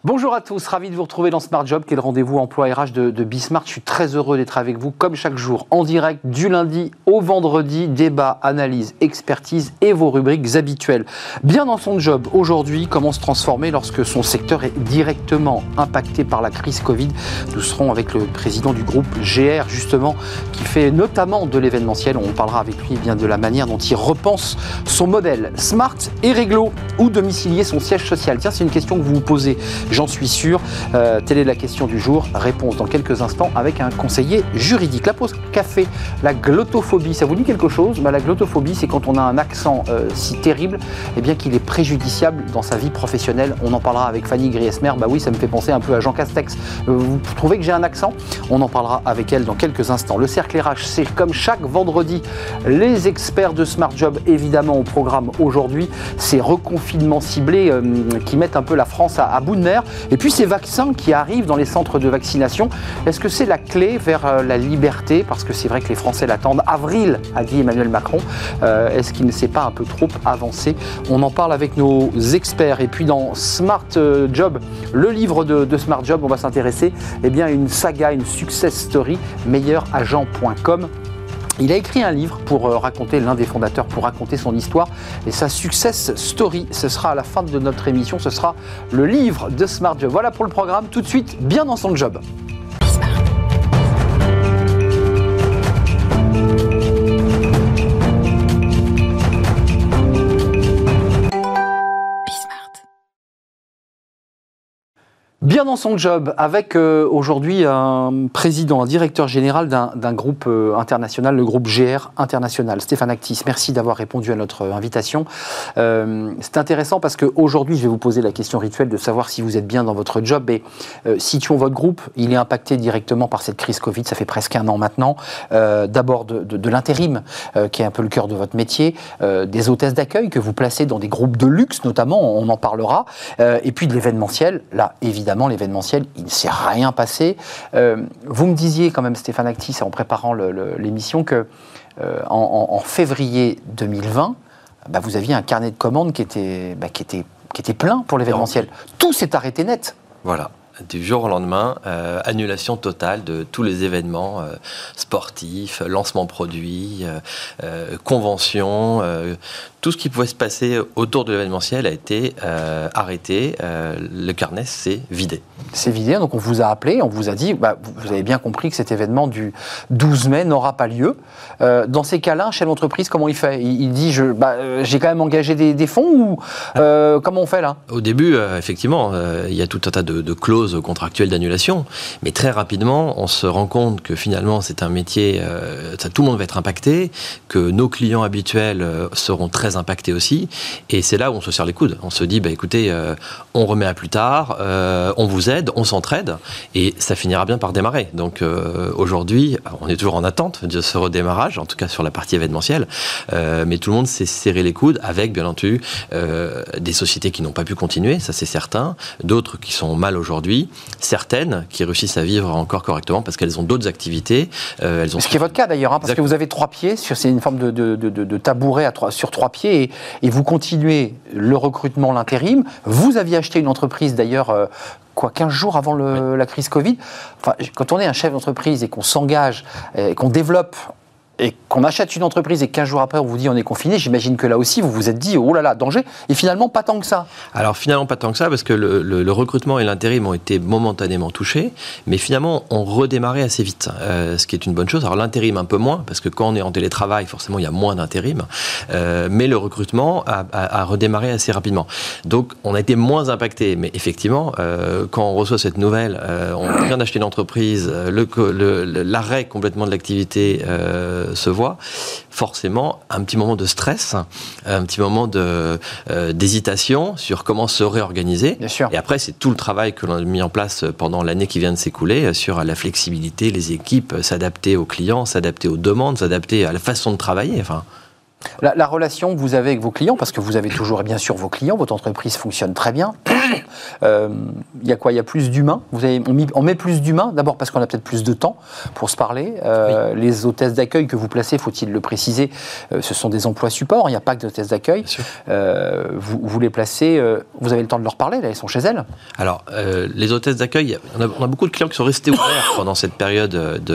Bonjour à tous, ravi de vous retrouver dans Smart Job, qui est le rendez-vous emploi RH de Bismart. Je suis très heureux d'être avec vous, comme chaque jour, en direct, du lundi au vendredi. Débat, analyse, expertise et vos rubriques habituelles. Bien dans son job, aujourd'hui, comment se transformer lorsque son secteur est directement impacté par la crise Covid. Nous serons avec le président du groupe GR, justement, qui fait notamment de l'événementiel. On parlera avec lui bien de la manière dont il repense son modèle. Smart et réglo, ou domicilier son siège social. Tiens, c'est une question que vous vous posez. J'en suis sûr. Telle est la question du jour. Réponse dans quelques instants avec un conseiller juridique. La pause café, la glottophobie, ça vous dit quelque chose ? La glottophobie, c'est quand on a un accent si terrible, eh bien qu'il est préjudiciable dans sa vie professionnelle. On en parlera avec Fanny Griesmer. Oui, ça me fait penser un peu à Jean Castex. Vous trouvez que j'ai un accent ? On en parlera avec elle dans quelques instants. Le cercle RH, c'est comme chaque vendredi. Les experts de Smart Job, évidemment, au programme aujourd'hui. Ces reconfinements ciblés qui mettent un peu la France à bout de nerfs. Et puis ces vaccins qui arrivent dans les centres de vaccination, est-ce que c'est la clé vers la liberté ? Parce que c'est vrai que les Français l'attendent. Avril, a dit Emmanuel Macron. Est-ce qu'il ne s'est pas un peu trop avancé ? On en parle avec nos experts. Et puis dans Smart Job, le livre de Smart Job, on va s'intéresser à une saga, une success story, meilleuragent.com. Il a écrit un livre pour raconter, l'un des fondateurs, pour raconter son histoire et sa success story. Ce sera à la fin de notre émission, ce sera le livre de Smart Job. Voilà pour le programme, tout de suite, bien dans son job. Bien dans son job, avec aujourd'hui un président, un directeur général d'un groupe international, le groupe GR International, Stéphane Actis. Merci d'avoir répondu à notre invitation. C'est intéressant parce qu'aujourd'hui, je vais vous poser la question rituelle de savoir si vous êtes bien dans votre job. Et situons votre groupe, il est impacté directement par cette crise Covid, ça fait presque un an maintenant. D'abord de l'intérim, qui est un peu le cœur de votre métier, des hôtesses d'accueil que vous placez dans des groupes de luxe notamment, on en parlera, et puis de l'événementiel, là évidemment. L'événementiel, il ne s'est rien passé. Vous me disiez quand même, Stéphane Actis, en préparant l'émission, que en février 2020, vous aviez un carnet de commandes qui était plein pour l'événementiel. Tout s'est arrêté net. Voilà. Du jour au lendemain, annulation totale de tous les événements sportifs, lancement produits, conventions, tout ce qui pouvait se passer autour de l'événementiel a été arrêté. Le carnet s'est vidé. C'est vidé, donc on vous a appelé, on vous a dit, vous avez bien compris que cet événement du 12 mai n'aura pas lieu. Dans ces cas-là, un chef d'entreprise, comment il fait ? Il dit, j'ai quand même engagé des fonds ou comment on fait là ? Au début, effectivement, il y a tout un tas de clauses contractuelles d'annulation, mais très rapidement, on se rend compte que finalement, c'est un métier, tout le monde va être impacté, que nos clients habituels seront très impactés aussi, et c'est là où on se serre les coudes. On se dit, écoutez, on remet à plus tard, on vous aide, on s'entraide, et ça finira bien par démarrer. Donc aujourd'hui, on est toujours en attente de ce redémarrage, en tout cas sur la partie événementielle, mais tout le monde s'est serré les coudes avec, bien entendu, des sociétés qui n'ont pas pu continuer, ça c'est certain, d'autres qui sont mal aujourd'hui, certaines qui réussissent à vivre encore correctement parce qu'elles ont d'autres activités. Ce qui est votre cas d'ailleurs, parce que vous avez 3 pieds, c'est une forme de tabouret sur 3 pieds, et vous continuez le recrutement, l'intérim. Vous aviez acheté une entreprise d'ailleurs, 15 jours avant la crise Covid. Quand on est un chef d'entreprise et qu'on s'engage, et qu'on développe, et qu'on achète une entreprise et 15 jours après on vous dit on est confiné, j'imagine que là aussi vous vous êtes dit oh là là, danger, et finalement pas tant que ça. Alors finalement pas tant que ça, parce que le recrutement et l'intérim ont été momentanément touchés, mais finalement on redémarrait assez vite, ce qui est une bonne chose. Alors l'intérim un peu moins, parce que quand on est en télétravail, forcément il y a moins d'intérim, mais le recrutement a redémarré assez rapidement. Donc on a été moins impacté, mais effectivement quand on reçoit cette nouvelle, on vient d'acheter une entreprise, l'arrêt complètement de l'activité se voit, forcément un petit moment de stress, un petit moment d'hésitation sur comment se réorganiser. Bien sûr. Et après, c'est tout le travail que l'on a mis en place pendant l'année qui vient de s'écouler sur la flexibilité, les équipes, s'adapter aux clients, s'adapter aux demandes, s'adapter à la façon de travailler. La relation que vous avez avec vos clients, parce que vous avez toujours bien sûr vos clients, votre entreprise fonctionne très bien. Il y a quoi? Il y a plus d'humains. On met plus d'humains, d'abord parce qu'on a peut-être plus de temps pour se parler. Oui. Les hôtesses d'accueil que vous placez, faut-il le préciser, ce sont des emplois supports, il n'y a pas que d'hôtesses d'accueil. Vous les placez, vous avez le temps de leur parler, là, elles sont chez elles. Alors, les hôtesses d'accueil, on a beaucoup de clients qui sont restés ouverts pendant cette période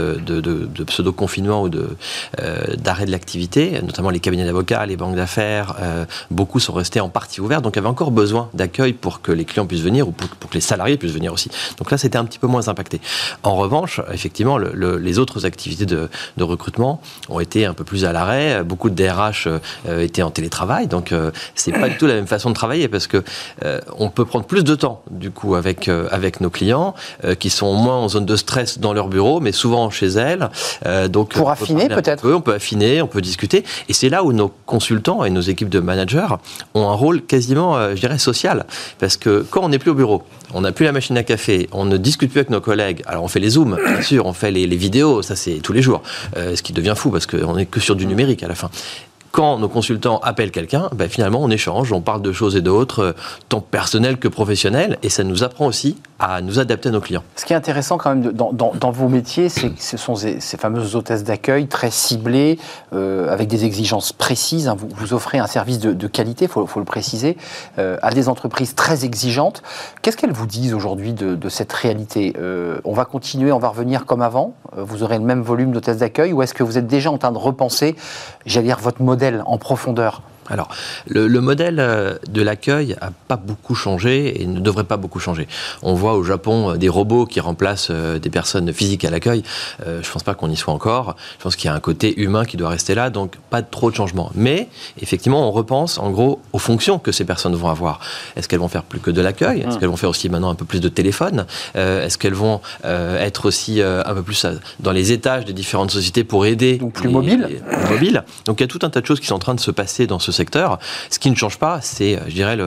de pseudo-confinement ou d'arrêt de l'activité, notamment les cabinets d'avocats, les banques d'affaires, beaucoup sont restés en partie ouverts, donc il y avait encore besoin d'accueil pour que les clients puissent venir ou pour que les salariés puissent venir aussi. Donc là, c'était un petit peu moins impacté. En revanche, effectivement, les autres activités de recrutement ont été un peu plus à l'arrêt. Beaucoup de DRH étaient en télétravail, donc c'est pas du tout la même façon de travailler parce que on peut prendre plus de temps du coup avec nos clients qui sont moins en zone de stress dans leur bureau, mais souvent chez elles. Donc pour affiner peut-être. On peut affiner, on peut discuter, et c'est là où nos consultants et nos équipes de managers ont un rôle quasiment, je dirais, social, parce que quand on n'est plus au bureau, on n'a plus la machine à café, on ne discute plus avec nos collègues. Alors on fait les zooms, bien sûr, on fait les vidéos, ça c'est tous les jours, ce qui devient fou parce qu'on n'est que sur du numérique à la fin. Quand nos consultants appellent quelqu'un, finalement on échange, on parle de choses et d'autres, tant personnelles que professionnelles, et ça nous apprend aussi à nous adapter à nos clients. Ce qui est intéressant quand même dans vos métiers, c'est que ce sont ces fameuses hôtesses d'accueil très ciblées, avec des exigences précises. Hein. Vous offrez un service de qualité, faut le préciser, à des entreprises très exigeantes. Qu'est-ce qu'elles vous disent aujourd'hui de cette réalité? On va continuer, on va revenir comme avant? Vous aurez le même volume d'hôtesses d'accueil? Ou est-ce que vous êtes déjà en train de repenser, j'allais dire, votre modèle en profondeur? Alors, le modèle de l'accueil n'a pas beaucoup changé et ne devrait pas beaucoup changer. On voit au Japon des robots qui remplacent des personnes physiques à l'accueil. Je ne pense pas qu'on y soit encore. Je pense qu'il y a un côté humain qui doit rester là, donc pas trop de changement. Mais effectivement, on repense en gros aux fonctions que ces personnes vont avoir. Est-ce qu'elles vont faire plus que de l'accueil? Est-ce qu'elles vont faire aussi maintenant un peu plus de téléphone? Est-ce qu'elles vont être aussi un peu plus dans les étages des différentes sociétés pour aider? Donc plus mobiles. Donc il y a tout un tas de choses qui sont en train de se passer dans ce secteur. Ce qui ne change pas, c'est, je dirais,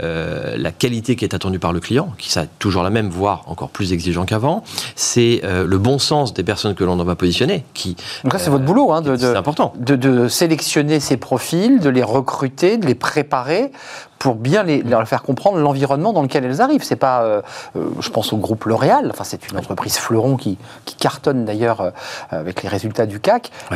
la qualité qui est attendue par le client, qui sera toujours la même, voire encore plus exigeant qu'avant. C'est le bon sens des personnes que l'on va positionner. Donc ça, c'est votre boulot, hein, c'est important. De sélectionner ces profils, de les recruter, de les préparer pour bien leur faire comprendre l'environnement dans lequel elles arrivent. C'est pas, je pense au groupe L'Oréal, enfin c'est une entreprise fleuron qui cartonne d'ailleurs avec les résultats du CAC. Oui.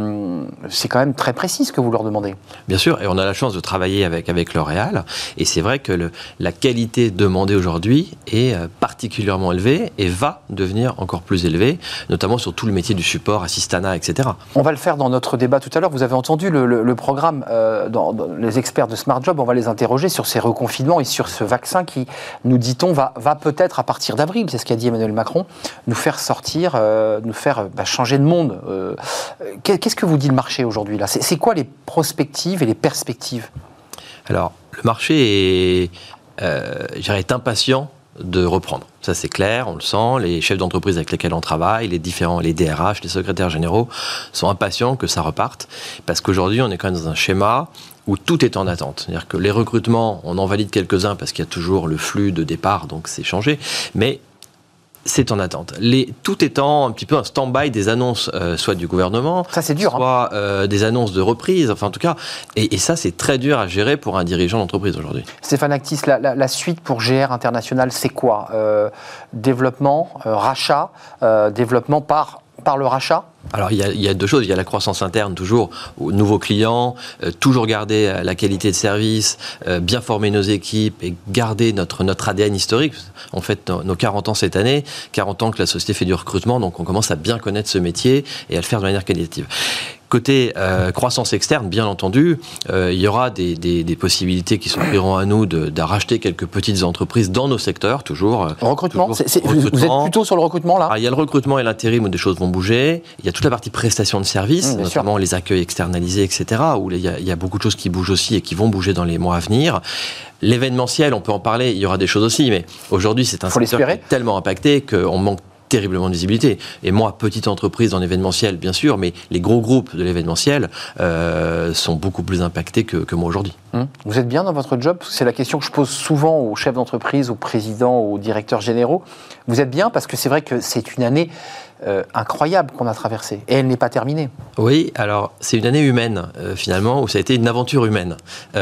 C'est quand même très précis ce que vous leur demandez. Bien sûr, et on a la chance de travailler avec L'Oréal, et c'est vrai que la qualité demandée aujourd'hui est particulièrement élevée et va devenir encore plus élevée, notamment sur tout le métier du support, assistana, etc. On va le faire dans notre débat tout à l'heure. Vous avez entendu le programme, dans les experts de Smart Job, on va les interroger sur ces reconfinements et sur ce vaccin qui, nous dit-on, va peut-être à partir d'avril, c'est ce qu'a dit Emmanuel Macron, nous faire sortir, nous faire je de monde. Qu'est-ce que vous dit le marché aujourd'hui là? C'est quoi les prospectives et les perspectives? Alors, le marché est impatient de reprendre. Ça, c'est clair, on le sent. Les chefs d'entreprise avec lesquels on travaille, les DRH, les secrétaires généraux sont impatients que ça reparte parce qu'aujourd'hui, on est quand même dans un schéma où tout est en attente. C'est-à-dire que les recrutements, on en valide quelques-uns parce qu'il y a toujours le flux de départ, donc c'est changé, mais c'est en attente. Tout étant un petit peu un stand-by des annonces, soit du gouvernement, ça, c'est dur, soit des annonces de reprise, enfin en tout cas, et ça c'est très dur à gérer pour un dirigeant d'entreprise aujourd'hui. Stéphane Actis, la suite pour GR International, c'est quoi? Développement, rachat, développement par le rachat? Alors, il y a deux choses. Il y a la croissance interne, toujours, aux nouveaux clients, toujours garder la qualité de service, bien former nos équipes et garder notre ADN historique. On fête nos 40 ans cette année, 40 ans que la société fait du recrutement, donc on commence à bien connaître ce métier et à le faire de manière qualitative. Côté croissance externe, bien entendu, il y aura des possibilités qui s'offriront à nous de racheter quelques petites entreprises dans nos secteurs, toujours. Recrutement, vous êtes plutôt sur le recrutement, là? Alors, il y a le recrutement et l'intérim où des choses vont bouger. Il y a toute la partie prestation de services, notamment les accueils externalisés, etc., où il y a beaucoup de choses qui bougent aussi et qui vont bouger dans les mois à venir. L'événementiel, on peut en parler, il y aura des choses aussi, mais aujourd'hui, c'est un secteur qui est tellement impacté qu'on manque terriblement de visibilité. Et moi, petite entreprise dans l'événementiel, bien sûr, mais les gros groupes de l'événementiel sont beaucoup plus impactés que moi aujourd'hui. Vous êtes bien dans votre job? C'est la question que je pose souvent aux chefs d'entreprise, aux présidents, aux directeurs généraux. Vous êtes bien parce que c'est vrai que c'est une année incroyable qu'on a traversée. Et elle n'est pas terminée. Oui, alors c'est une année humaine, finalement, où ça a été une aventure humaine.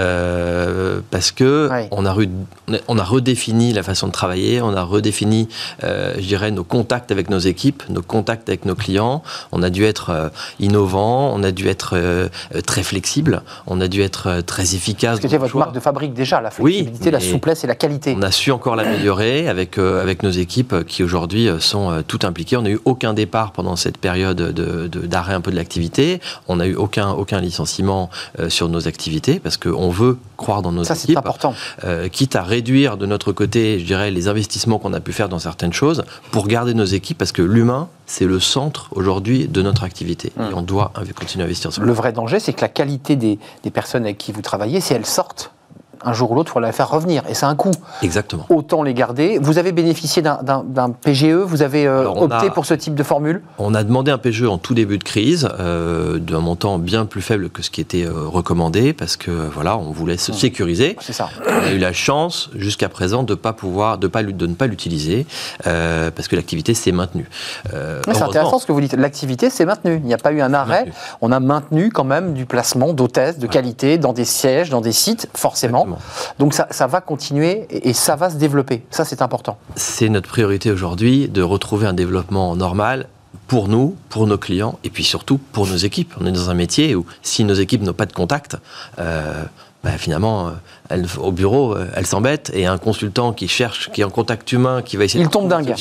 Parce que on a redéfini la façon de travailler, on a redéfini, je dirais, nos contacts avec nos équipes, nos contacts avec nos clients. On a dû être innovant, on a dû être très flexible, on a dû être très efficace. Parce que c'est votre marque de fabrique déjà, la flexibilité, la souplesse et la qualité. On a su encore l'améliorer avec nos équipes qui aujourd'hui sont toutes impliquées. On n'a eu aucun départ pendant cette période d'arrêt un peu de l'activité. On n'a eu aucun licenciement sur nos activités parce qu'on veut croire dans nos équipes. Ça, c'est important. Quitte à réduire de notre côté, je dirais, les investissements qu'on a pu faire dans certaines choses pour garder nos équipes parce que l'humain, c'est le centre aujourd'hui de notre activité. Et on doit continuer à investir sur ça. Le vrai danger, c'est que la qualité des personnes avec qui vous travaillez, si elles sortent, un jour ou l'autre, il faut la faire revenir. Et c'est un coût. Exactement. Autant les garder. Vous avez bénéficié d'un PGE, vous avez opté pour ce type de formule? On a demandé un PGE en tout début de crise, d'un montant bien plus faible que ce qui était recommandé, parce que voilà, on voulait se sécuriser. C'est ça. On a eu la chance, jusqu'à présent, de ne pas l'utiliser, parce que l'activité s'est maintenue. C'est intéressant ce que vous dites. L'activité s'est maintenue. Il n'y a pas eu un arrêt. On a maintenu quand même du placement d'hôtesses de qualité dans des sièges, dans des sites, forcément. Donc ça va continuer et ça va se développer. Ça, c'est important. C'est notre priorité aujourd'hui de retrouver un développement normal pour nous, pour nos clients et puis surtout pour nos équipes. On est dans un métier où si nos équipes n'ont pas de contact, finalement, au bureau, elles s'embêtent et un consultant qui cherche, qui est en contact humain, qui va essayer de tombe dingue.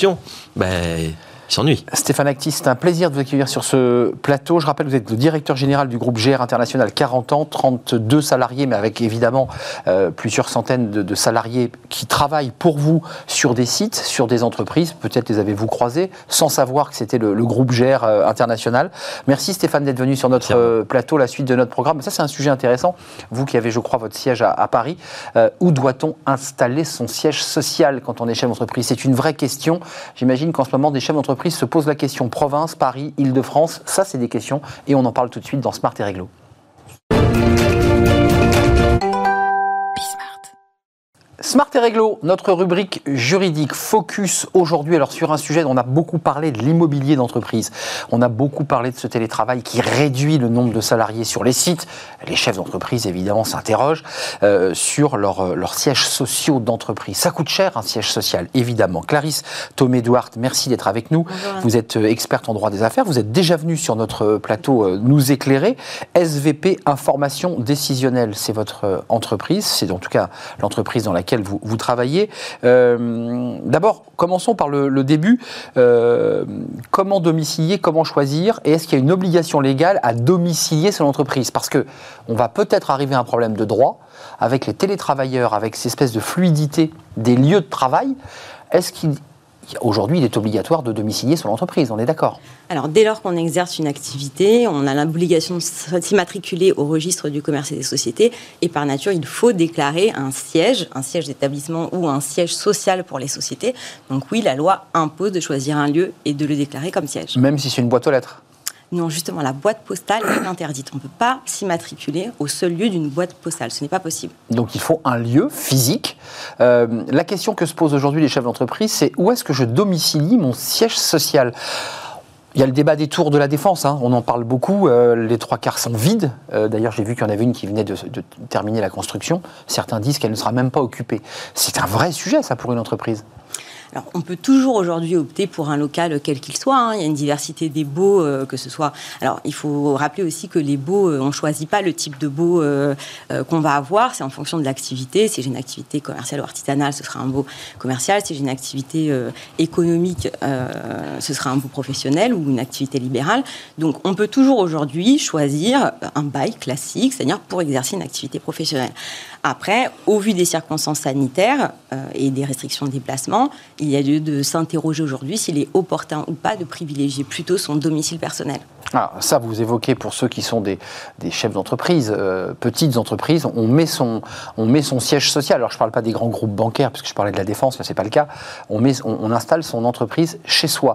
Il s'ennuie. Stéphane Actis, c'est un plaisir de vous accueillir sur ce plateau. Je rappelle que vous êtes le directeur général du groupe GR International, 40 ans, 32 salariés, mais avec évidemment plusieurs centaines de salariés qui travaillent pour vous sur des sites, sur des entreprises. Peut-être les avez-vous croisés, sans savoir que c'était le groupe GR International. Merci Stéphane d'être venu sur notre plateau, la suite de notre programme. Ça, c'est un sujet intéressant. Vous qui avez, je crois, votre siège à Paris, où doit-on installer son siège social quand on est chef d'entreprise? C'est une vraie question. J'imagine qu'en ce moment, des chefs d'entreprise se pose la question province, Paris, Île-de-France. Ça, c'est des questions et on en parle tout de suite dans Smart et Réglo. Smart et Réglo, notre rubrique juridique, focus aujourd'hui alors sur un sujet dont on a beaucoup parlé, de l'immobilier d'entreprise. On a beaucoup parlé de ce télétravail qui réduit le nombre de salariés sur les sites. Les chefs d'entreprise, évidemment, s'interrogent sur leurs sièges sociaux d'entreprise. Ça coûte cher, un siège social, évidemment. Clarisse Thomé-Duarte, merci d'être avec nous. Bonjour. Vous êtes experte en droit des affaires. Vous êtes déjà venue sur notre plateau nous éclairer. SVP Information Décisionnelle, c'est votre entreprise. C'est en tout cas l'entreprise dans laquelle vous travaillez. D'abord, commençons par le début. Comment domicilier, comment choisir? Et est-ce qu'il y a une obligation légale à domicilier son entreprise? Parce qu'on va peut-être arriver à un problème de droit avec les télétravailleurs, avec cette espèce de fluidité des lieux de travail. Est-ce qu'aujourd'hui, il est obligatoire de domicilier son entreprise? On est d'accord? Alors, dès lors qu'on exerce une activité, on a l'obligation de s'immatriculer au registre du commerce et des sociétés. Et par nature, il faut déclarer un siège d'établissement ou un siège social pour les sociétés. Donc oui, la loi impose de choisir un lieu et de le déclarer comme siège. Même si c'est une boîte aux lettres? Non, justement, la boîte postale est interdite. On ne peut pas s'immatriculer au seul lieu d'une boîte postale. Ce n'est pas possible. Donc, il faut un lieu physique. La question que se posent aujourd'hui les chefs d'entreprise, c'est où est-ce que je domicilie mon siège social? Il y a le débat des tours de la Défense, on en parle beaucoup, les 3/4 sont vides. D'ailleurs, j'ai vu qu'il y en avait une qui venait de terminer la construction. Certains disent qu'elle ne sera même pas occupée. C'est un vrai sujet, ça, pour une entreprise. Alors, on peut toujours aujourd'hui opter pour un local quel qu'il soit. Il y a une diversité des baux, que ce soit... Alors, il faut rappeler aussi que les baux, on ne choisit pas le type de baux qu'on va avoir. C'est en fonction de l'activité. Si j'ai une activité commerciale ou artisanale, ce sera un baux commercial. Si j'ai une activité économique, ce sera un baux professionnel ou une activité libérale. Donc, on peut toujours aujourd'hui choisir un bail classique, c'est-à-dire pour exercer une activité professionnelle. Après, au vu des circonstances sanitaires et des restrictions de déplacement, il y a lieu de s'interroger aujourd'hui s'il est opportun ou pas de privilégier plutôt son domicile personnel. Ah, ça, vous évoquez pour ceux qui sont des chefs d'entreprise, petites entreprises, on met son siège social. Alors, je ne parle pas des grands groupes bancaires, puisque je parlais de la Défense, là, ce n'est pas le cas. On installe son entreprise chez soi.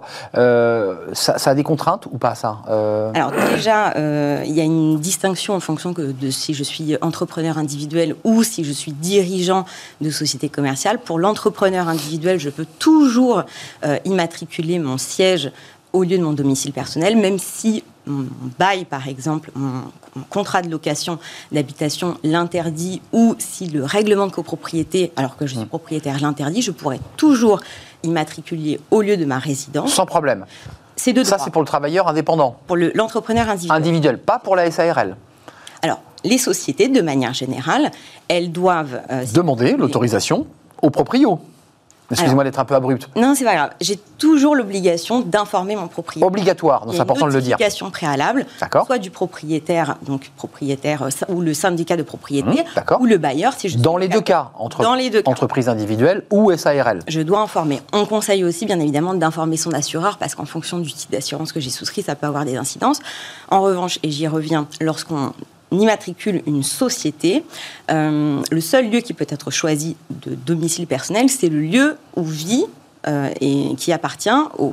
Ça a des contraintes ou pas, ça Alors, déjà, il y a une distinction en fonction de si je suis entrepreneur individuel ou si je suis dirigeant de société commerciale. Pour l'entrepreneur individuel, je peux toujours immatriculer mon siège au lieu de mon domicile personnel, même si mon bail, par exemple, mon contrat de location d'habitation l'interdit, ou si le règlement de copropriété, alors que je suis propriétaire, l'interdit, je pourrais toujours immatriculer au lieu de ma résidence. Sans problème. C'est de droit. Ça, c'est pour le travailleur indépendant. Pour l'entrepreneur individuel. Individuel, pas pour la SARL. Alors, les sociétés, de manière générale, elles doivent... demander l'autorisation au proprio. Excusez-moi d'être un peu abrupte. Non, c'est pas grave. J'ai toujours l'obligation d'informer mon propriétaire. Obligatoire, donc c'est important de le dire. Il y a une notification préalable, soit du propriétaire, donc propriétaire ou le syndicat de propriété, ou le bailleur. Si je dans les deux cas, entreprise individuelle ou SARL. Je dois informer. On conseille aussi, bien évidemment, d'informer son assureur, parce qu'en fonction du type d'assurance que j'ai souscrit, ça peut avoir des incidences. En revanche, et j'y reviens, lorsqu'on immatricule une société, le seul lieu qui peut être choisi de domicile personnel, c'est le lieu où vit et qui appartient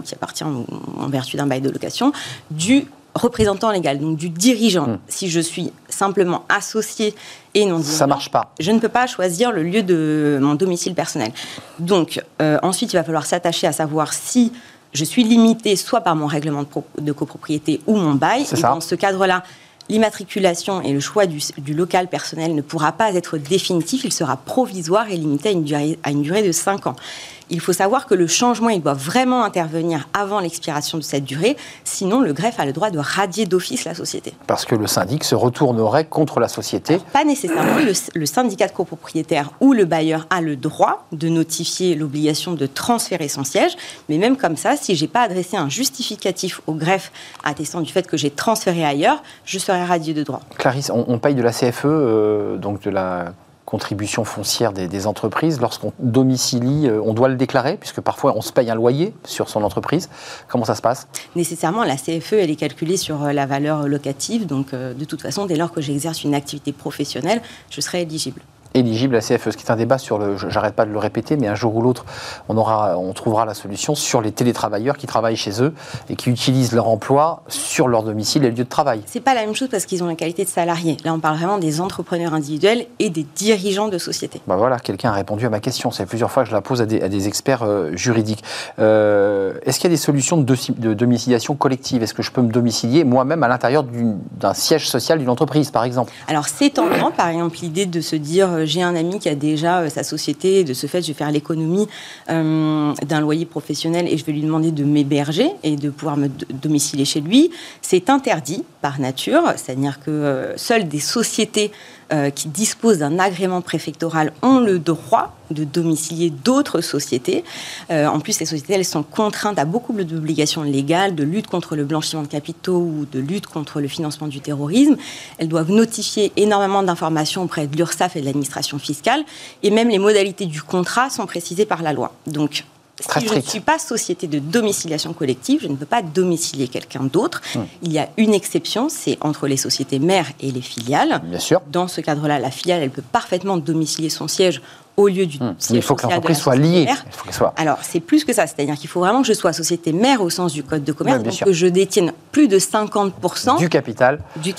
en vertu d'un bail de location, du représentant légal, donc du dirigeant. Si je suis simplement associé et non dirigeant, ça marche pas. Je ne peux pas choisir le lieu de mon domicile personnel. Donc, ensuite, il va falloir s'attacher à savoir si je suis limité soit par mon règlement de copropriété ou mon bail. Et dans ce cadre-là, l'immatriculation et le choix du local personnel ne pourra pas être définitif, il sera provisoire et limité à une durée de 5 ans. Il faut savoir que le changement, il doit vraiment intervenir avant l'expiration de cette durée, sinon le greffe a le droit de radier d'office la société. Parce que le syndic se retournerait contre la société. Alors, pas nécessairement. Le syndicat de copropriétaire ou le bailleur a le droit de notifier l'obligation de transférer son siège, mais même comme ça, si je n'ai pas adressé un justificatif au greffe attestant du fait que j'ai transféré ailleurs, je serai radié de droit. Clarisse, on paye de la CFE, donc de la contribution foncière des entreprises. Lorsqu'on domicilie, on doit le déclarer, puisque parfois on se paye un loyer sur son entreprise. Comment ça se passe ? Nécessairement, la CFE, elle est calculée sur la valeur locative. Donc, de toute façon, dès lors que j'exerce une activité professionnelle, je serai éligible. Éligible à la CFE, ce qui est un débat sur j'arrête pas de le répéter, mais un jour ou l'autre, on trouvera la solution sur les télétravailleurs qui travaillent chez eux et qui utilisent leur emploi sur leur domicile et le lieu de travail. C'est pas la même chose parce qu'ils ont la qualité de salarié. Là, on parle vraiment des entrepreneurs individuels et des dirigeants de sociétés. Ben voilà, quelqu'un a répondu à ma question. C'est plusieurs fois que je la pose à des experts juridiques. Est-ce qu'il y a des solutions de domiciliation collective ? Est-ce que je peux me domicilier moi-même à l'intérieur d'un siège social d'une entreprise, par exemple ? Alors, c'est tentant, par exemple, l'idée de se dire j'ai un ami qui a déjà sa société, et de ce fait, je vais faire l'économie d'un loyer professionnel et je vais lui demander de m'héberger et de pouvoir me domicilier chez lui. C'est interdit par nature, c'est-à-dire que seules des sociétés qui disposent d'un agrément préfectoral ont le droit de domicilier d'autres sociétés. En plus, les sociétés, elles sont contraintes à beaucoup d'obligations légales, de lutte contre le blanchiment de capitaux ou de lutte contre le financement du terrorisme. Elles doivent notifier énormément d'informations auprès de l'URSSAF et de l'administration fiscale. Et même les modalités du contrat sont précisées par la loi. Donc, si je ne suis pas société de domiciliation collective, je ne peux pas domicilier quelqu'un d'autre. Il y a une exception, c'est entre les sociétés mères et les filiales. Bien sûr. Dans ce cadre-là, la filiale, elle peut parfaitement domicilier son siège au lieu du siège. Il faut que l'entreprise soit liée. Alors, c'est plus que ça. C'est-à-dire qu'il faut vraiment que je sois société mère au sens du Code de commerce, donc que je détienne plus de 50% du capital,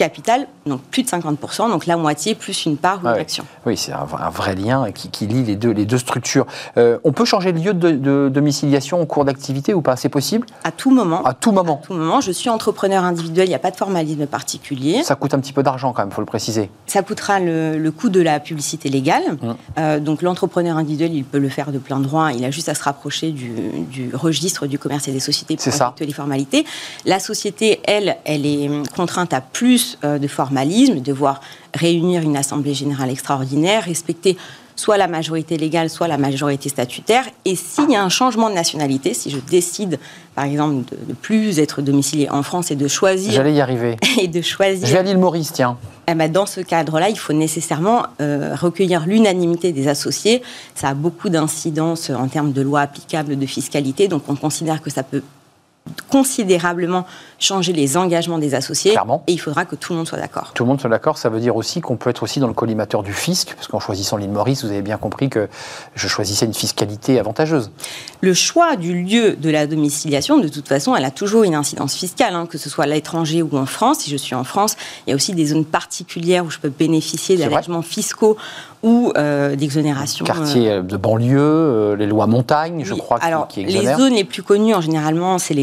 donc plus de 50%, donc la moitié plus une part ou une action. Oui, c'est un vrai lien qui lie les deux structures. On peut changer de lieu de domiciliation au cours d'activité ou pas ? C'est possible ? À tout moment. À tout moment. À tout moment. Je suis entrepreneur individuel, il n'y a pas de formalisme particulier. Ça coûte un petit peu d'argent quand même, il faut le préciser. Ça coûtera le coût de la publicité légale. Donc l'entrepreneur individuel, il peut le faire de plein droit. Il a juste à se rapprocher du registre du commerce et des sociétés pour effectuer les formalités. La société, elle est contrainte à plus de formalisme, devoir réunir une assemblée générale extraordinaire, respecter soit la majorité légale, soit la majorité statutaire. Et s'il y a un changement de nationalité, si je décide, par exemple, de ne plus être domicilié en France et de choisir... J'allais y arriver. Et de choisir... Je vais à l'île Maurice, tiens. Dans ce cadre-là, il faut nécessairement recueillir l'unanimité des associés. Ça a beaucoup d'incidences en termes de lois applicables de fiscalité, donc on considère que ça peut considérablement changer les engagements des associés. Clairement. Et il faudra que tout le monde soit d'accord. Tout le monde soit d'accord, ça veut dire aussi qu'on peut être aussi dans le collimateur du fisc, parce qu'en choisissant l'île Maurice, vous avez bien compris que je choisissais une fiscalité avantageuse. Le choix du lieu de la domiciliation, de toute façon, elle a toujours une incidence fiscale, que ce soit à l'étranger ou en France. Si je suis en France, il y a aussi des zones particulières où je peux bénéficier d'allégements fiscaux ou d'exonération. Quartier de banlieue, les lois montagne, je crois, qui exonèrent. Les zones les plus connues, généralement, c'est les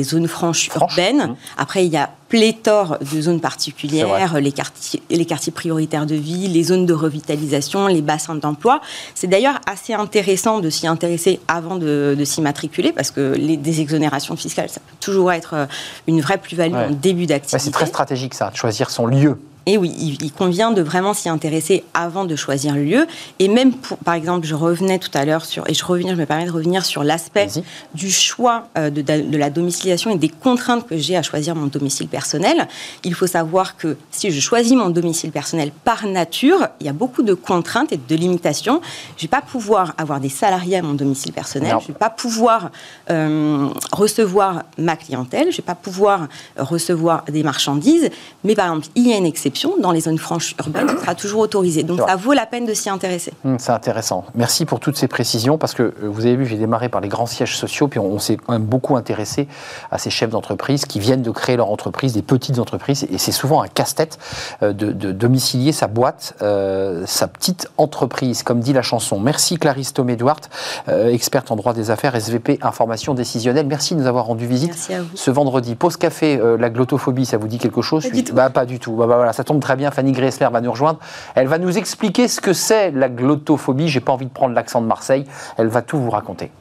zones franches urbaines. Après, il y a pléthore de zones particulières, les quartiers prioritaires de ville, les zones de revitalisation, les bassins d'emploi. C'est d'ailleurs assez intéressant de s'y intéresser avant de s'y matriculer, parce que des exonérations fiscales, ça peut toujours être une vraie plus-value en début d'activité. C'est très stratégique, ça, de choisir son lieu. Et oui, il convient de vraiment s'y intéresser avant de choisir le lieu. Et même, par exemple, je me permets de revenir sur l'aspect du choix de la domiciliation et des contraintes que j'ai à choisir mon domicile personnel. Il faut savoir que si je choisis mon domicile personnel par nature, il y a beaucoup de contraintes et de limitations. Je ne vais pas pouvoir avoir des salariés à mon domicile personnel. Je ne vais pas pouvoir recevoir ma clientèle. Je ne vais pas pouvoir recevoir des marchandises. Mais par exemple, il y a une exception. Dans les zones franches urbaines, ça sera toujours autorisé. Donc ça vaut la peine de s'y intéresser. C'est intéressant. Merci pour toutes ces précisions, parce que vous avez vu, j'ai démarré par les grands sièges sociaux, puis on s'est quand même beaucoup intéressé à ces chefs d'entreprise qui viennent de créer leur entreprise, des petites entreprises, et c'est souvent un casse-tête de domicilier sa boîte, sa petite entreprise, comme dit la chanson. Merci Clarisse Thomé-Duart, experte en droit des affaires, SVP Information Décisionnelle. Merci de nous avoir rendu visite ce vendredi. Pause café, la glottophobie, ça vous dit quelque chose? Pas du tout. Voilà, ça tombe très bien, Fanny Griessler va nous rejoindre. Elle va nous expliquer ce que c'est la glottophobie. J'ai pas envie de prendre l'accent de Marseille. Elle va tout vous raconter.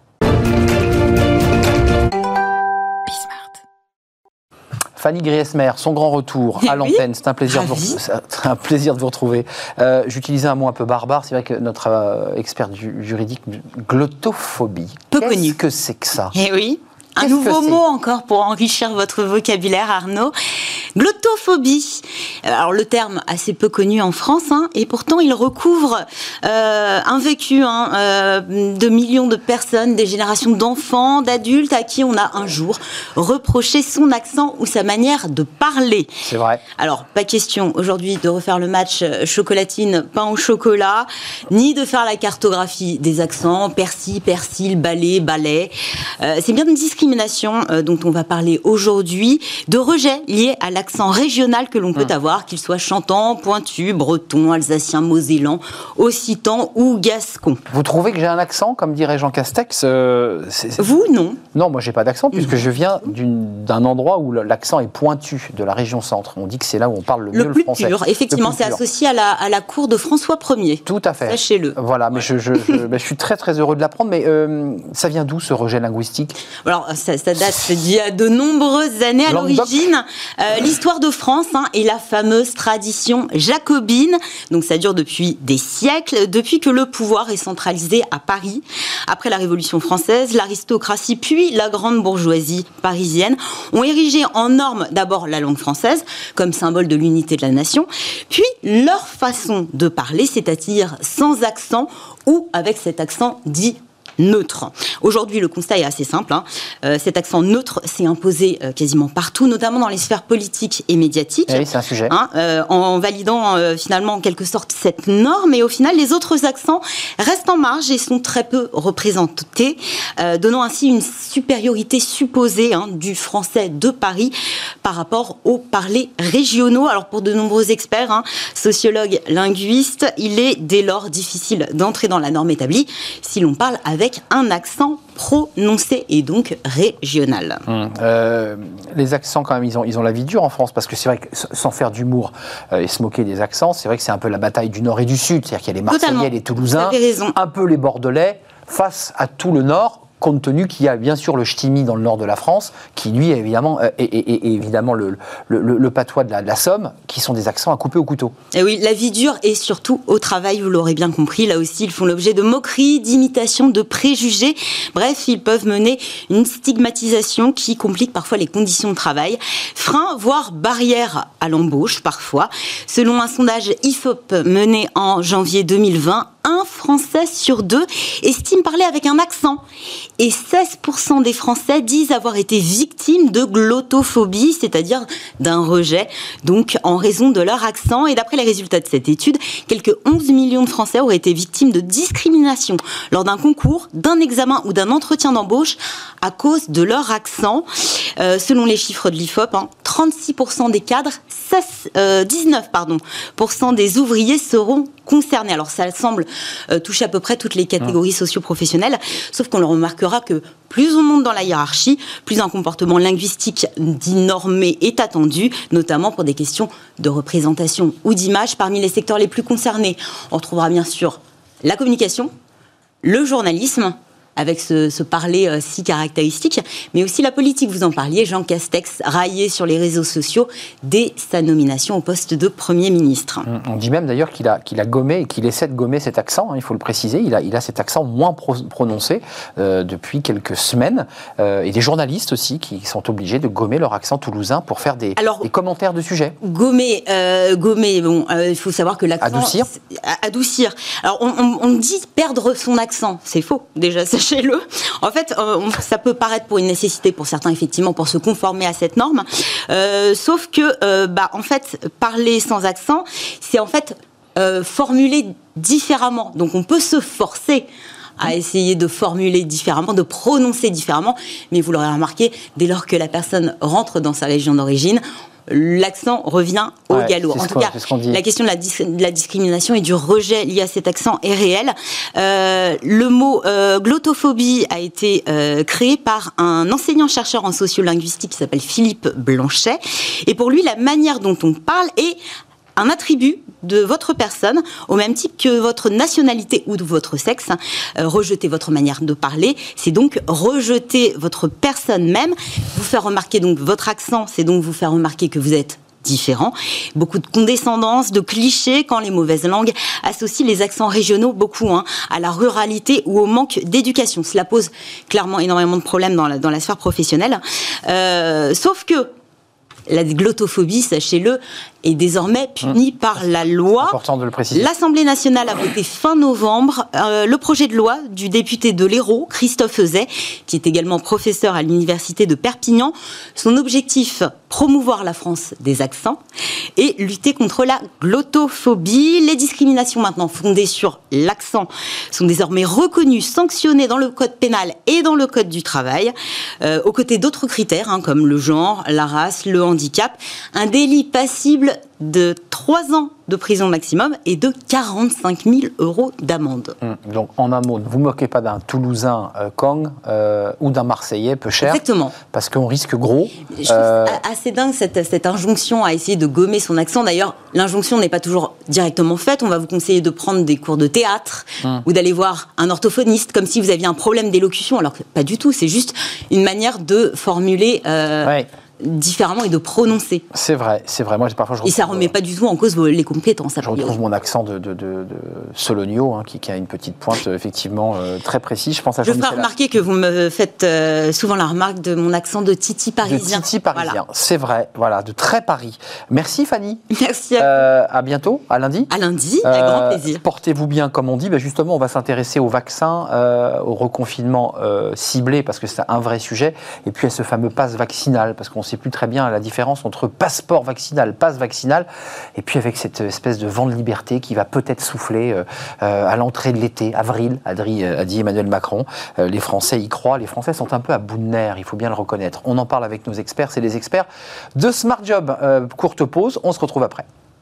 Fanny Griessler, son grand retour à l'antenne. C'est un plaisir, de vous retrouver. J'utilisais un mot un peu barbare. C'est vrai que notre expert juridique, glottophobie. Qu'est-ce que c'est que ça? Eh oui. Un nouveau mot encore pour enrichir votre vocabulaire, Arnaud. Glottophobie. Alors, le terme assez peu connu en France, et pourtant il recouvre un vécu de millions de personnes, des générations d'enfants, d'adultes à qui on a un jour reproché son accent ou sa manière de parler. C'est vrai. Alors, pas question aujourd'hui de refaire le match chocolatine, pain au chocolat, ni de faire la cartographie des accents, persil, persil, balai, balai. C'est bien une discrimination dont on va parler aujourd'hui, de rejet lié à l'accent régional que l'on peut avoir, qu'il soit chantant, pointu, breton, alsacien, mosellan, occitan ou gascon. Vous trouvez que j'ai un accent, comme dirait Jean Castex? Vous, non. Non, moi j'ai pas d'accent, puisque je viens d'un endroit où l'accent est pointu, de la région centre. On dit que c'est là où on parle le mieux le français. Pur. Effectivement, c'est associé à la cour de François Ier. Tout à fait. Sachez-le. Voilà, mais je suis très très heureux de l'apprendre, mais ça vient d'où ce rejet linguistique? Alors, ça date d'il y a de nombreuses années. À l'origine, l'histoire de France et la fameuse tradition jacobine. Donc ça dure depuis des siècles, depuis que le pouvoir est centralisé à Paris. Après la Révolution française, l'aristocratie puis la grande bourgeoisie parisienne ont érigé en norme d'abord la langue française comme symbole de l'unité de la nation, puis leur façon de parler, c'est-à-dire sans accent ou avec cet accent dit neutre. Aujourd'hui, le constat est assez simple. Cet accent neutre s'est imposé quasiment partout, notamment dans les sphères politiques et médiatiques. Oui, c'est un sujet. En validant finalement en quelque sorte cette norme. Et au final, les autres accents restent en marge et sont très peu représentés, donnant ainsi une supériorité supposée du français de Paris par rapport aux parlers régionaux. Alors pour de nombreux experts, sociologues, linguistes, il est dès lors difficile d'entrer dans la norme établie si l'on parle avec un accent prononcé et donc régional. Les accents, quand même, ils ont la vie dure en France, parce que c'est vrai que sans faire d'humour et se moquer des accents, c'est vrai que c'est un peu la bataille du Nord et du Sud. C'est-à-dire qu'il y a les Marseillais, les Toulousains, un peu les Bordelais, face à tout le Nord, compte tenu qu'il y a bien sûr le ch'timi dans le nord de la France, qui lui est évidemment le patois de la Somme, qui sont des accents à couper au couteau. Et oui, la vie dure et surtout au travail, vous l'aurez bien compris, là aussi ils font l'objet de moqueries, d'imitations, de préjugés. Bref, ils peuvent mener une stigmatisation qui complique parfois les conditions de travail. Frein, voire barrière à l'embauche parfois. Selon un sondage IFOP mené en janvier 2020, un Français sur 2 estime parler avec un accent. Et 16% des Français disent avoir été victimes de glottophobie, c'est-à-dire d'un rejet, donc en raison de leur accent. Et d'après les résultats de cette étude, quelques 11 millions de Français auraient été victimes de discrimination lors d'un concours, d'un examen ou d'un entretien d'embauche à cause de leur accent. Selon les chiffres de l'IFOP, 36% des cadres, 19% des ouvriers seront concernés. Alors ça semble toucher à peu près toutes les catégories socio-professionnelles, sauf qu'on le remarquera que plus on monte dans la hiérarchie, plus un comportement linguistique dit normé est attendu, notamment pour des questions de représentation ou d'image. Parmi les secteurs les plus concernés, on retrouvera bien sûr la communication, le journalisme, avec ce parler si caractéristique, mais aussi la politique, vous en parliez, Jean Castex, raillé sur les réseaux sociaux dès sa nomination au poste de Premier ministre. On dit même d'ailleurs qu'il a gommé et qu'il essaie de gommer cet accent, il faut le préciser, il a cet accent moins prononcé depuis quelques semaines, et des journalistes aussi qui sont obligés de gommer leur accent toulousain pour faire des commentaires de sujets. Gommer, bon, il faut savoir que l'accent... Adoucir. Alors, on dit perdre son accent, c'est faux, déjà, sachez-le. En fait, ça peut paraître pour une nécessité pour certains, effectivement, pour se conformer à cette norme. Sauf que, en fait, parler sans accent, c'est en fait formuler différemment. Donc, on peut se forcer à essayer de formuler différemment, de prononcer différemment. Mais vous l'aurez remarqué, dès lors que la personne rentre dans sa région d'origine, l'accent revient au galop. En tout cas, la question de la discrimination et du rejet lié à cet accent est réelle. Le mot glottophobie a été créé par un enseignant-chercheur en sociolinguistique qui s'appelle Philippe Blanchet. Et pour lui, la manière dont on parle est un attribut de votre personne, au même type que votre nationalité ou de votre sexe. Rejeter votre manière de parler, c'est donc rejeter votre personne même. Vous faire remarquer donc votre accent, c'est donc vous faire remarquer que vous êtes différent. Beaucoup de condescendance, de clichés quand les mauvaises langues associent les accents régionaux beaucoup à la ruralité ou au manque d'éducation. Cela pose clairement énormément de problèmes dans la sphère professionnelle. Sauf que la glottophobie, sachez-le, est désormais punie par la loi. C'est important de le préciser. L'Assemblée nationale a voté fin novembre le projet de loi du député de l'Hérault, Christophe Euzet, qui est également professeur à l'université de Perpignan. Son objectif, promouvoir la France des accents et lutter contre la glottophobie. Les discriminations maintenant fondées sur l'accent sont désormais reconnues, sanctionnées dans le code pénal et dans le code du travail, aux côtés d'autres critères comme le genre, la race, le handicap. Un délit passible de 3 ans de prison maximum et de 45 000 € d'amende. Donc, en un mot, ne vous moquez pas d'un Toulousain Kong ou d'un Marseillais peu cher. Exactement. Parce qu'on risque gros. Je trouve assez dingue cette injonction à essayer de gommer son accent. D'ailleurs, l'injonction n'est pas toujours directement faite. On va vous conseiller de prendre des cours de théâtre ou d'aller voir un orthophoniste, comme si vous aviez un problème d'élocution. Alors que pas du tout, c'est juste une manière de formuler... différemment et de prononcer. C'est vrai. Moi, parfois, je retrouve, et ça ne remet pas du tout en cause les compétences. Je retrouve mon accent de Sologno, qui a une petite pointe, effectivement, très précise. Je pense à Jean-Michel. Je ferai remarquer que vous me faites souvent la remarque de mon accent de Titi parisien. De Titi parisien, voilà. C'est vrai. Voilà, de très Paris. Merci, Fanny. Merci à vous. À bientôt, à lundi. À lundi, avec grand plaisir. Portez-vous bien, comme on dit. Justement, on va s'intéresser au vaccin, au reconfinement ciblé, parce que c'est un vrai sujet. Et puis, à ce fameux pass vaccinal, parce qu'on ne sait plus très bien la différence entre passeport vaccinal, passe vaccinal, et puis avec cette espèce de vent de liberté qui va peut-être souffler à l'entrée de l'été, avril, a dit Emmanuel Macron. Les Français y croient, les Français sont un peu à bout de nerfs, il faut bien le reconnaître. On en parle avec nos experts, c'est les experts de Smart Job. Courte pause, on se retrouve après.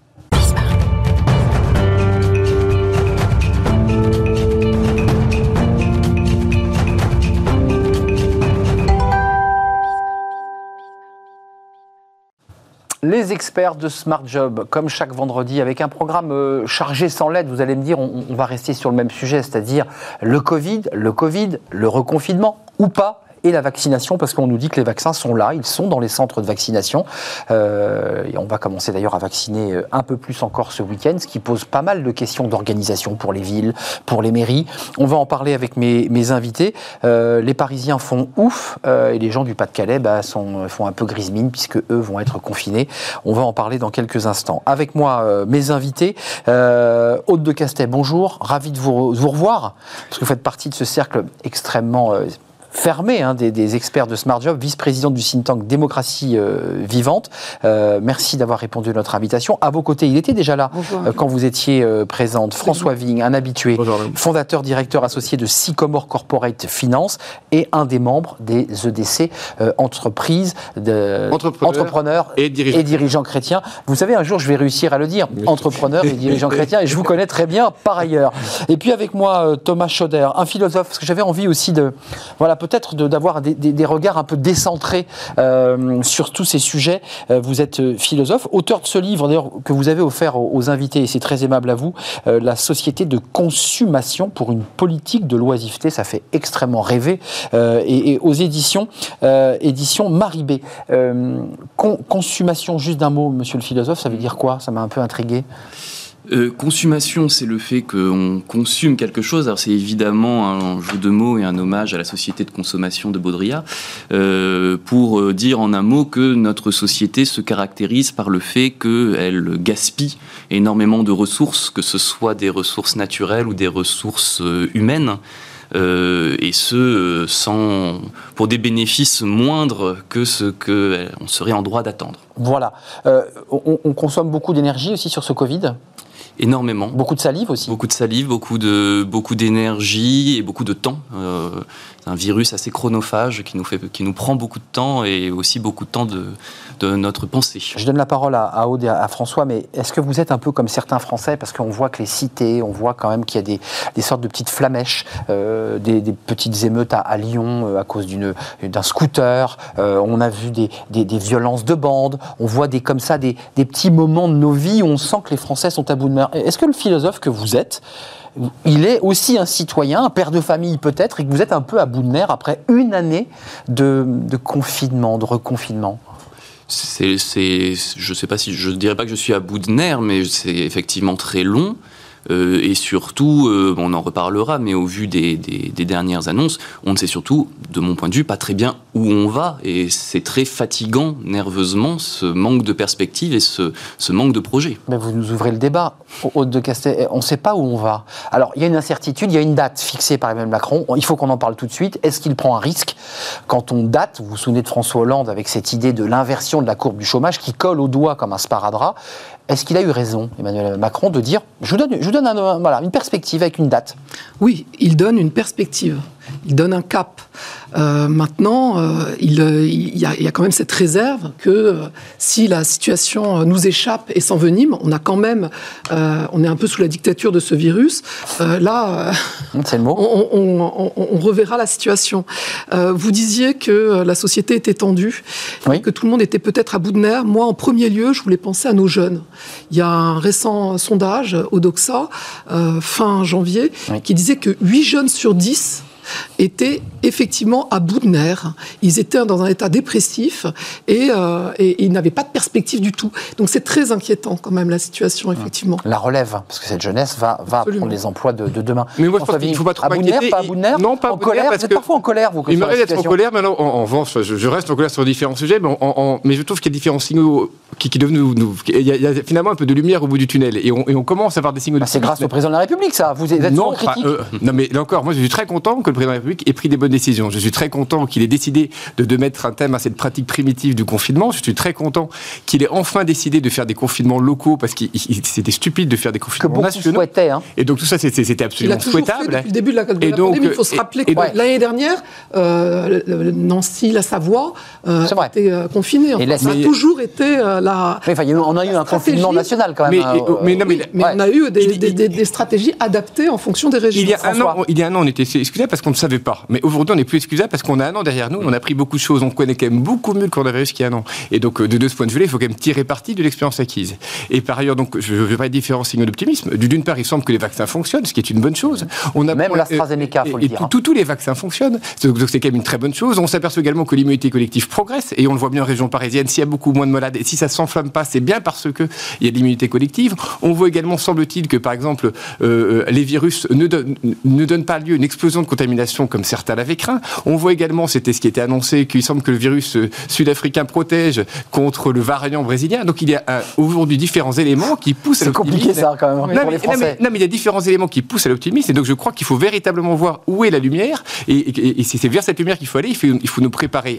Les experts de Smart Job, comme chaque vendredi, avec un programme chargé sans l'aide. Vous allez me dire, on va rester sur le même sujet, c'est-à-dire le Covid, le reconfinement ou pas, et la vaccination, parce qu'on nous dit que les vaccins sont là, ils sont dans les centres de vaccination. Et on va commencer d'ailleurs à vacciner un peu plus encore ce week-end, ce qui pose pas mal de questions d'organisation pour les villes, pour les mairies. On va en parler avec mes invités. Les Parisiens font ouf, et les gens du Pas-de-Calais font un peu grise mine, puisque eux vont être confinés. On va en parler dans quelques instants. Avec moi, mes invités. Aude de Castet, bonjour, ravi de vous revoir, parce que vous faites partie de ce cercle extrêmement... Fermé, des experts de Smart Job, vice-président du think tank Démocratie Vivante. Merci d'avoir répondu à notre invitation. À vos côtés, il était déjà là quand vous étiez présente. François Vigne, un habitué, fondateur, directeur associé de Sycomore Corporate Finance et un des membres des EDC, entreprises, entrepreneurs et dirigeants chrétiens. Vous savez, un jour, je vais réussir à le dire, entrepreneurs et dirigeants chrétiens, et je vous connais très bien par ailleurs. Et puis avec moi, Thomas Schauder, un philosophe, parce que j'avais envie aussi peut-être d'avoir des regards un peu décentrés sur tous ces sujets. Vous êtes philosophe, auteur de ce livre d'ailleurs que vous avez offert aux invités, et c'est très aimable à vous, La société de consommation pour une politique de l'oisiveté. Ça fait extrêmement rêver, et aux éditions Maribé. Consommation, juste d'un mot, monsieur le philosophe, ça veut dire quoi? Ça m'a un peu intrigué. Consommation, c'est le fait qu'on consomme quelque chose. Alors c'est évidemment un jeu de mots et un hommage à la société de consommation de Baudrillard, pour dire en un mot que notre société se caractérise par le fait qu'elle gaspille énormément de ressources, que ce soit des ressources naturelles ou des ressources humaines. Et pour des bénéfices moindres que ce qu'on serait en droit d'attendre. Voilà. On consomme beaucoup d'énergie aussi sur ce Covid ? Énormément. Beaucoup de salive aussi. Beaucoup de salive, beaucoup d'énergie et beaucoup de temps. C'est un virus assez chronophage qui nous prend beaucoup de temps et aussi beaucoup de temps de notre pensée. Je donne la parole à Aude et à François, mais est-ce que vous êtes un peu comme certains Français, parce qu'on voit que les cités, on voit quand même qu'il y a des sortes de petites flamèches, des petites émeutes à Lyon à cause d'un scooter, on a vu des violences de bande, on voit des petits moments de nos vies où on sent que les Français sont à bout de nerfs. Est-ce que le philosophe que vous êtes, il est aussi un citoyen, un père de famille peut-être, et que vous êtes un peu à bout de nerfs après une année de confinement, de reconfinement ? Je sais pas si je dirais pas que je suis à bout de nerfs, mais c'est effectivement très long. Et surtout, on en reparlera, mais au vu des dernières annonces, on ne sait surtout, de mon point de vue, pas très bien où on va. Et c'est très fatigant, nerveusement, ce manque de perspective et ce manque de projet. Mais vous nous ouvrez le débat, Aude de Castel. On ne sait pas où on va. Alors, il y a une incertitude, il y a une date fixée par Emmanuel Macron. Il faut qu'on en parle tout de suite. Est-ce qu'il prend un risque quand on date? Vous vous souvenez de François Hollande avec cette idée de l'inversion de la courbe du chômage qui colle au doigt comme un sparadrap. Est-ce qu'il a eu raison, Emmanuel Macron, de dire « je vous donne une perspective avec une date ». Oui, il donne une perspective, il donne un cap. Maintenant, il y a quand même cette réserve que si la situation nous échappe et s'envenime, on est un peu sous la dictature de ce virus. C'est le mot. On reverra la situation. Vous disiez que la société était tendue, oui, que tout le monde était peut-être à bout de nerfs. Moi, en premier lieu, je voulais penser à nos jeunes. Il y a un récent sondage au Doxa, fin janvier, oui, qui disait que 8 jeunes sur 10 étaient effectivement à bout de nerfs. Ils étaient dans un état dépressif et ils n'avaient pas de perspective du tout. Donc c'est très inquiétant quand même la situation, effectivement. La relève, parce que cette jeunesse va prendre les emplois de demain. Mais moi je pense qu'il ne faut pas trop inquiéter. Pas à bout de nerfs, non, pas en colère. Vous êtes parfois en colère, vous. Il m'arrive d'être en colère, mais alors, en revanche, je reste en colère sur différents sujets, mais je trouve qu'il y a différents signaux qui doivent il y a finalement un peu de lumière au bout du tunnel, et on commence à avoir des signaux. C'est grâce au président de la République, ça. Vous êtes souvent critique. Non, mais là encore, moi je suis très content que le président de la République ait pris des bonnes décisions. Je suis très content qu'il ait décidé de mettre un thème à cette pratique primitive du confinement. Je suis très content qu'il ait enfin décidé de faire des confinements locaux, parce que c'était stupide de faire des confinements nationaux. Souhaitait, hein. Et donc tout ça, c'était absolument souhaitable. Fait depuis le début de la pandémie, il faut se rappeler que l'année dernière, Nancy, la Savoie était confinée. Ça a toujours été la... on a eu un confinement national quand même. Mais on a eu des stratégies adaptées en fonction des régions. Il y a un an, on était excusable parce qu'on ne savait pas. Mais aujourd'hui, on n'est plus excusable parce qu'on a un an derrière nous, on a appris beaucoup de choses, on connaît quand même beaucoup mieux le coronavirus qu'il y a un an. Et donc, de ce point de vue-là, il faut quand même tirer parti de l'expérience acquise. Et par ailleurs, donc, je vais parler de différents signaux d'optimisme. D'une part, il semble que les vaccins fonctionnent, ce qui est une bonne chose. Même l'AstraZeneca, il faut le dire. Tous les vaccins fonctionnent, donc c'est quand même une très bonne chose. On s'aperçoit également que l'immunité collective progresse, et on le voit bien en région parisienne, s'il y a beaucoup moins de malades, et si ça ne s'enflamme pas, c'est bien parce qu'il y a de l'immunité collective. On voit également, semble-t-il, que par exemple, les virus ne donnent pas lieu à une explosion de contamination contamination comme certains l'avaient craint. On voit également, c'était ce qui était annoncé, qu'il semble que le virus sud-africain protège contre le variant brésilien. Donc il y a aujourd'hui différents éléments qui poussent à l'optimisme. C'est compliqué ça quand même pour les Français. Non, mais il y a différents éléments qui poussent à l'optimisme. Et donc je crois qu'il faut véritablement voir où est la lumière. Et c'est vers cette lumière qu'il faut aller. Il faut nous préparer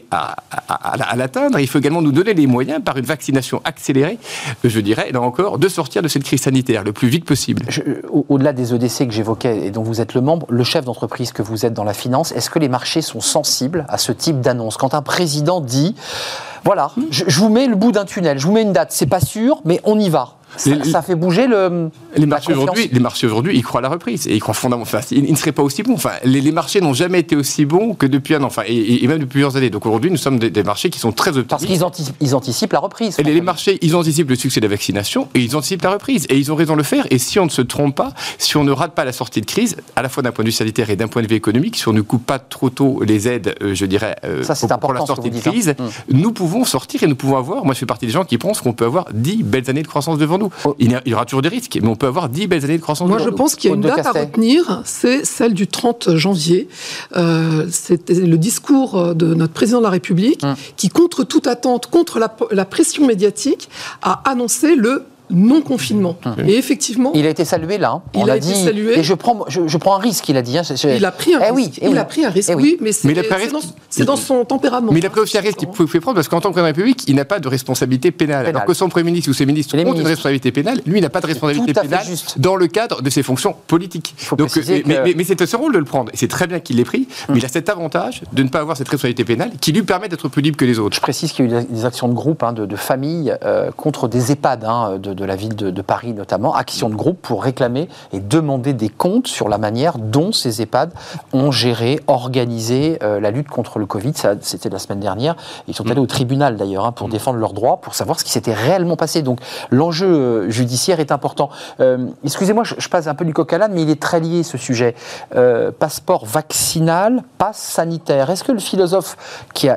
à l'atteindre. Il faut également nous donner les moyens, par une vaccination accélérée, je dirais, là encore, de sortir de cette crise sanitaire le plus vite possible. Au-delà des EDC que j'évoquais et dont vous êtes le membre, le chef d'entreprise que vous êtes dans la finance, est-ce que les marchés sont sensibles à ce type d'annonce? Quand un président dit, voilà, je vous mets le bout d'un tunnel, je vous mets une date, c'est pas sûr, mais on y va. Ça fait bouger les marchés aujourd'hui, ils croient à la reprise et ils croient fondamentalement. Enfin, ils ne seraient pas aussi bons. Enfin, les marchés n'ont jamais été aussi bons que depuis un an. Enfin, et même depuis plusieurs années. Donc aujourd'hui, nous sommes des marchés qui sont très optimistes. Parce qu'ils anticipent la reprise. Et les marchés, ils anticipent le succès de la vaccination et ils anticipent la reprise. Et ils ont raison de le faire. Et si on ne se trompe pas, si on ne rate pas la sortie de crise, à la fois d'un point de vue sanitaire et d'un point de vue économique, si on ne coupe pas trop tôt les aides, je dirais, pour la sortie de crise, nous pouvons sortir et nous pouvons avoir. Moi, je fais partie des gens qui pensent qu'on peut avoir 10 belles années de croissance devant nous. Il y aura toujours des risques, mais on peut avoir 10 belles années de croissance. Moi, je pense qu'il y a une date à retenir, c'est celle du 30 janvier. C'était le discours de notre président de la République qui, contre toute attente, contre la pression médiatique, a annoncé le non-confinement. Et effectivement... Il a été salué là. Il a été salué. Et je prends un risque, il a dit. Il a pris un risque. Il a pris un risque, oui, mais c'est dans son tempérament. Mais il a pris aussi un risque qu'il pouvait prendre parce qu'en tant que président de la République, il n'a pas de responsabilité pénale. Alors que son Premier ministre ou ses ministres ont une responsabilité pénale, lui, il n'a pas de responsabilité pénale dans le cadre de ses fonctions politiques. Donc, mais c'est ce rôle de le prendre. Et c'est très bien qu'il l'ait pris, mais il a cet avantage de ne pas avoir cette responsabilité pénale qui lui permet d'être plus libre que les autres. Je précise qu'il y a eu des actions de groupe, de familles contre des EHPAD, de la ville de Paris notamment, action de groupe pour réclamer et demander des comptes sur la manière dont ces EHPAD ont géré, organisé la lutte contre le Covid. Ça, c'était la semaine dernière. Ils sont allés au tribunal d'ailleurs pour défendre leurs droits, pour savoir ce qui s'était réellement passé. Donc l'enjeu judiciaire est important. Excusez-moi, je passe un peu du coq à l'âne, mais il est très lié ce sujet. Passeport vaccinal, passe sanitaire. Est-ce que le philosophe qui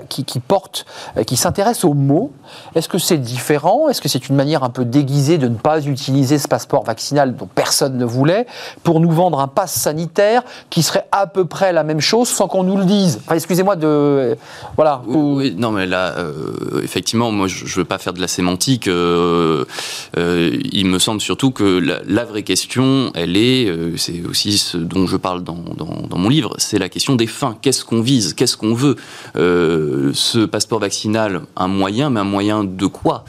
s'intéresse aux mots, est-ce que c'est différent? Est-ce que c'est une manière un peu déguisée de ne pas utiliser ce passeport vaccinal dont personne ne voulait pour nous vendre un pass sanitaire qui serait à peu près la même chose sans qu'on nous le dise? Enfin, excusez-moi de... Voilà. Oui, non, mais là, effectivement, moi, je ne veux pas faire de la sémantique. Il me semble surtout que la vraie question, elle est, c'est aussi ce dont je parle dans mon livre, c'est la question des fins. Qu'est-ce qu'on vise? Qu'est-ce qu'on veut? Ce passeport vaccinal, un moyen, mais un moyen de quoi?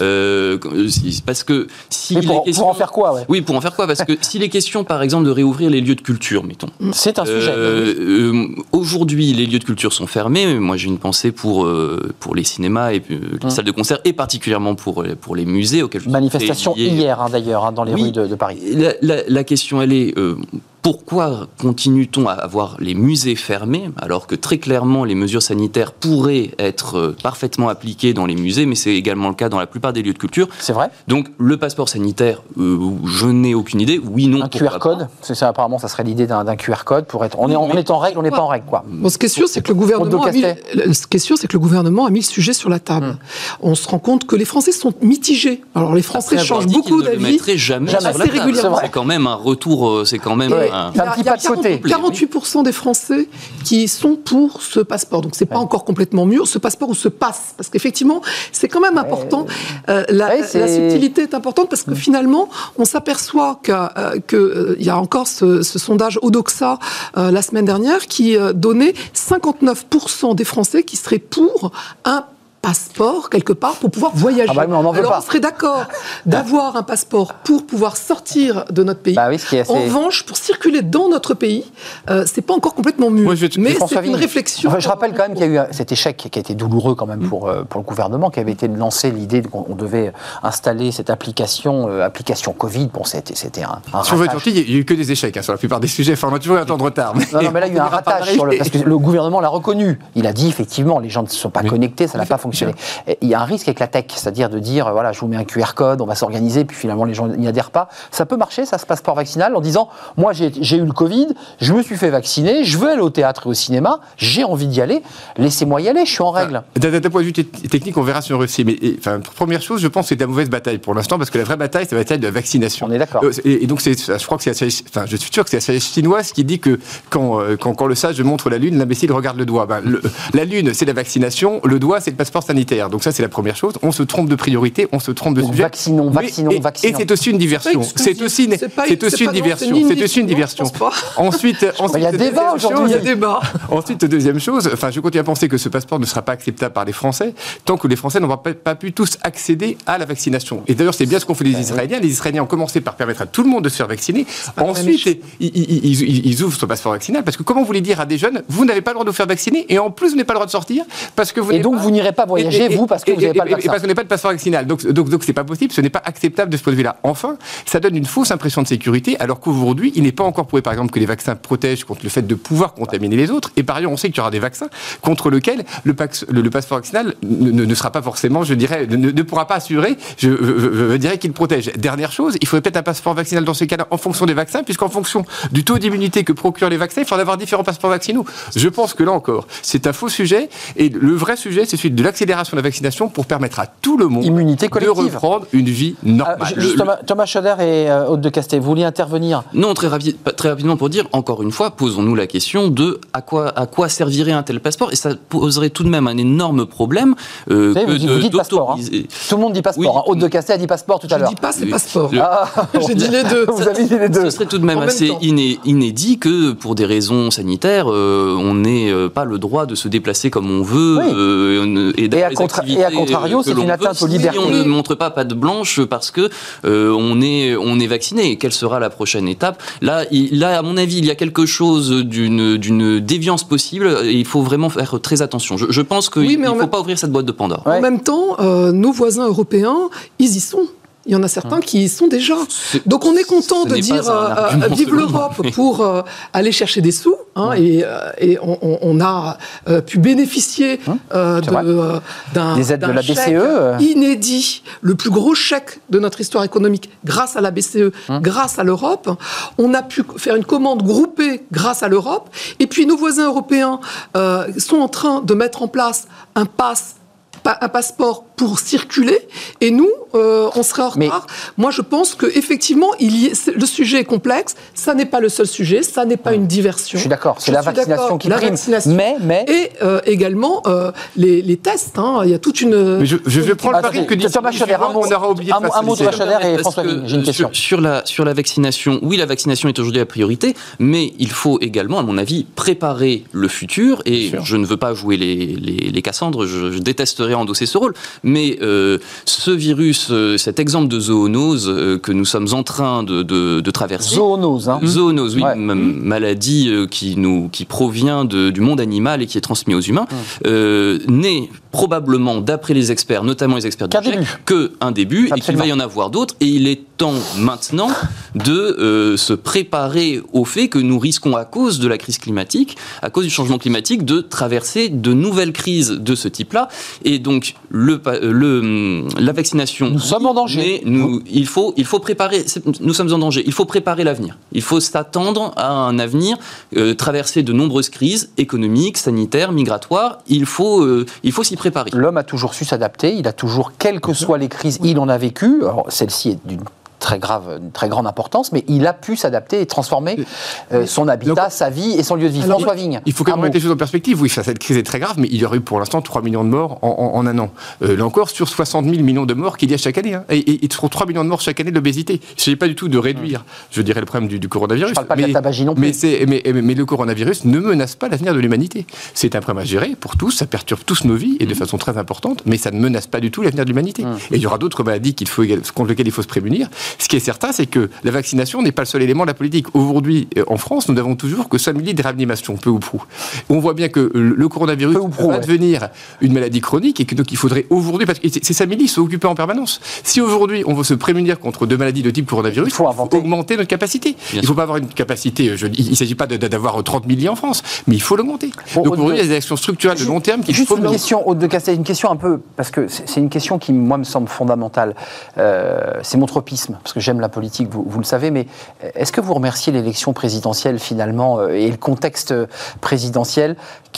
Parce que si pour en faire quoi, ouais. Oui, pour en faire quoi? Parce que si les questions, par exemple, de réouvrir les lieux de culture, mettons. C'est un sujet. Aujourd'hui, les lieux de culture sont fermés. Moi, j'ai une pensée pour les cinémas et les salles de concert, et particulièrement pour les musées auxquels je suis manifestation hier, d'ailleurs, dans les rues de Paris. La question, elle est... Pourquoi continue-t-on à avoir les musées fermés alors que très clairement les mesures sanitaires pourraient être parfaitement appliquées dans les musées, mais c'est également le cas dans la plupart des lieux de culture. C'est vrai. Donc le passeport sanitaire, je n'ai aucune idée. Oui, non. Un QR code. C'est ça, apparemment, ça serait l'idée d'un QR code pour être. On est en règle, on n'est pas en règle, quoi. Bon, ce qui est sûr, c'est que le gouvernement a mis le sujet sur la table. On se rend compte que les Français sont mitigés. Alors les Français changent beaucoup d'avis. Ils ne le mettraient jamais sur la table. Régulièrement. C'est quand même un retour. C'est quand même. Il y a 48% des Français qui sont pour ce passeport. Donc, c'est pas encore complètement mûr, ce passeport ou ce passe. Parce qu'effectivement, c'est quand même important. La subtilité est importante parce que finalement, on s'aperçoit qu'il y a encore ce sondage Odoxa la semaine dernière qui donnait 59% des Français qui seraient pour un passeport quelque part pour pouvoir voyager. On serait d'accord d'avoir un passeport pour pouvoir sortir de notre pays. En revanche, pour circuler dans notre pays, c'est pas encore complètement mûr. Mais c'est une réflexion. Je rappelle quand même qu'il y a eu cet échec qui a été douloureux quand même pour le gouvernement, qui avait été de lancer l'idée qu'on devait installer cette application Covid. Bon, c'était un sur votre sortie, il n'y a eu que des échecs sur la plupart des sujets. Enfin, on a toujours eu un temps de retard. Mais là, il y a eu un ratage parce que le gouvernement l'a reconnu. Il a dit effectivement, les gens ne sont pas connectés, ça n'a pas fonctionné. fonctionner. Il y a un risque avec la tech, c'est-à-dire de dire, voilà, je vous mets un QR code, on va s'organiser, puis finalement les gens n'y adhèrent pas. Ça peut marcher, ça, ce passeport vaccinal, en disant, moi j'ai eu le Covid, je me suis fait vacciner, je veux aller au théâtre et au cinéma, j'ai envie d'y aller, laissez-moi y aller, je suis en règle. D'un point de vue technique, on verra si on réussit. Mais première chose, je pense que c'est de la mauvaise bataille pour l'instant, parce que la vraie bataille, c'est la bataille de la vaccination. On est d'accord. Et donc, je crois que je suis sûr que c'est la sagesse chinoise qui dit que quand le sage montre la lune, l'imbécile regarde le doigt. La lune, c'est la vaccination, le doigt, c'est le passeport sanitaire. Donc ça, c'est la première chose. On se trompe de priorité, on se trompe de sujet. Vaccinons. Et c'est aussi une diversion. C'est aussi une diversion. Ensuite, il y a débat aujourd'hui. Ensuite, deuxième chose, je continue à penser que ce passeport ne sera pas acceptable par les Français tant que les Français n'auront pas pu tous accéder à la vaccination. Et d'ailleurs, c'est bien ce qu'ont fait les Israéliens. Les Israéliens ont commencé par permettre à tout le monde de se faire vacciner. Ensuite, ils ouvrent ce passeport vaccinal parce que comment vous voulez dire à des jeunes, vous n'avez pas le droit de vous faire vacciner et en plus vous n'avez pas le droit de sortir parce que vous vous n'irez pas voyager parce que vous n'avez pas le vaccin. Et parce que vous n'avez pas de passeport vaccinal. Donc c'est pas possible, ce n'est pas acceptable de ce point de vue-là. Enfin, ça donne une fausse impression de sécurité alors qu'aujourd'hui, il n'est pas encore prouvé par exemple que les vaccins protègent contre le fait de pouvoir contaminer les autres. Et par ailleurs, on sait qu'il y aura des vaccins contre lesquels le passeport vaccinal ne sera pas forcément, je dirais, ne pourra pas assurer, je dirais qu'il protège. Dernière chose, il faudrait peut-être un passeport vaccinal dans ces cas-là en fonction des vaccins, puisqu'en fonction du taux d'immunité que procurent les vaccins, il faudra avoir différents passeports vaccinaux. Je pense que là encore, c'est un faux sujet, et le vrai sujet, c'est celui de l'accélération de la vaccination pour permettre à tout le monde de reprendre une vie normale. Thomas Schoeller et Aude de Castet, vous vouliez intervenir? Non, très rapidement pour dire, encore une fois, posons-nous la question de à quoi servirait un tel passeport, et ça poserait tout de même un énorme problème. Vous dites passeport. Tout le monde dit passeport. Oui. Aude de Castet a dit passeport tout à l'heure. Je dis pas c'est passeport. J'ai dit les deux. Vous avez dit les deux. Ce serait tout de même assez inédit que, pour des raisons sanitaires, on n'ait pas le droit de se déplacer comme on veut. Et à contrario, c'est une atteinte aux libertés. Si on ne montre pas patte blanche parce que on est vacciné. Quelle sera la prochaine étape ? Là, à mon avis, il y a quelque chose d'une déviance possible et il faut vraiment faire très attention. Je pense qu'il ne faut pas ouvrir cette boîte de Pandore. En même temps, nos voisins européens, ils y sont. Il y en a certains qui y sont déjà. Donc on est content de dire vive l'Europe pour aller chercher des sous, et on a pu bénéficier des aides de la BCE inédit, le plus gros chèque de notre histoire économique grâce à la BCE, grâce à l'Europe. On a pu faire une commande groupée grâce à l'Europe. Et puis nos voisins européens sont en train de mettre en place un passeport pour circuler, et nous, on serait en retard. Moi, je pense qu'effectivement, le sujet est complexe, ça n'est pas le seul sujet, ça n'est pas une diversion. Je suis d'accord, c'est la vaccination qui prime. Mais... Et également, les tests, il y a toute une... Mais je vais prendre le pari que Thomas Schoeller, on aura oublié un mot de Thomas Schoeller et François Vigne, j'ai une question. Sur la vaccination, oui, la vaccination est aujourd'hui la priorité, mais il faut également, à mon avis, préparer le futur, et je ne veux pas jouer les Cassandres, je détesterais endosser ce rôle, mais ce virus, cet exemple de zoonose que nous sommes en train de traverser... Zoonose, Zoonose, oui, maladie qui provient du monde animal et qui est transmise aux humains, n'est probablement, d'après les experts, notamment les experts du GIEC, qu'un début, et qu'il va y en avoir d'autres, et il est temps maintenant de se préparer au fait que nous risquons, à cause de la crise climatique, à cause du changement climatique, de traverser de nouvelles crises de ce type-là, et donc la vaccination... Nous sommes en danger. Mais il faut préparer... Nous sommes en danger. Il faut préparer l'avenir. Il faut s'attendre à un avenir traversé de nombreuses crises économiques, sanitaires, migratoires. Il faut s'y préparer. L'homme a toujours su s'adapter. Il a toujours, quelles que soient les crises, il en a vécu. Alors, celle-ci est d'une très grande importance, mais il a pu s'adapter et transformer son habitat, sa vie et son lieu de vie. François Vigne. Il faut quand même mettre les choses en perspective. Oui, cette crise est très grave, mais il y aurait eu pour l'instant 3 millions de morts en un an. Là encore, sur 60 000 millions de morts qu'il y a chaque année. Et sur 3 millions de morts chaque année d'obésité. Il ne s'agit pas du tout de réduire, je dirais, le problème du coronavirus. Je ne parle pas de la tabagie non plus. Mais le coronavirus ne menace pas l'avenir de l'humanité. C'est un problème à gérer pour tous, ça perturbe tous nos vies et de façon très importante, mais ça ne menace pas du tout l'avenir de l'humanité. Et il y aura d'autres maladies contre lesquelles il faut se prémunir. Ce qui est certain, c'est que la vaccination n'est pas le seul élément de la politique. Aujourd'hui, en France, nous n'avons toujours que 5 000 lits de réanimation, peu ou prou. On voit bien que le coronavirus va devenir une maladie chronique et que donc il faudrait aujourd'hui, parce que ces 5 000 lits sont occupés en permanence. Si aujourd'hui on veut se prémunir contre 2 maladies de type coronavirus, il faut augmenter notre capacité. Il ne faut pas avoir une capacité, il ne s'agit pas d'avoir 30 000 lits en France, mais il faut l'augmenter. Donc aujourd'hui, il y a des actions structurelles de long terme qui juste une question, Aude de Castel, une question un peu, parce que c'est une question qui, moi, me semble fondamentale. C'est mon tropisme, parce que j'aime la politique, vous le savez, mais est-ce que vous remerciez l'élection présidentielle, finalement, et le contexte présidentiel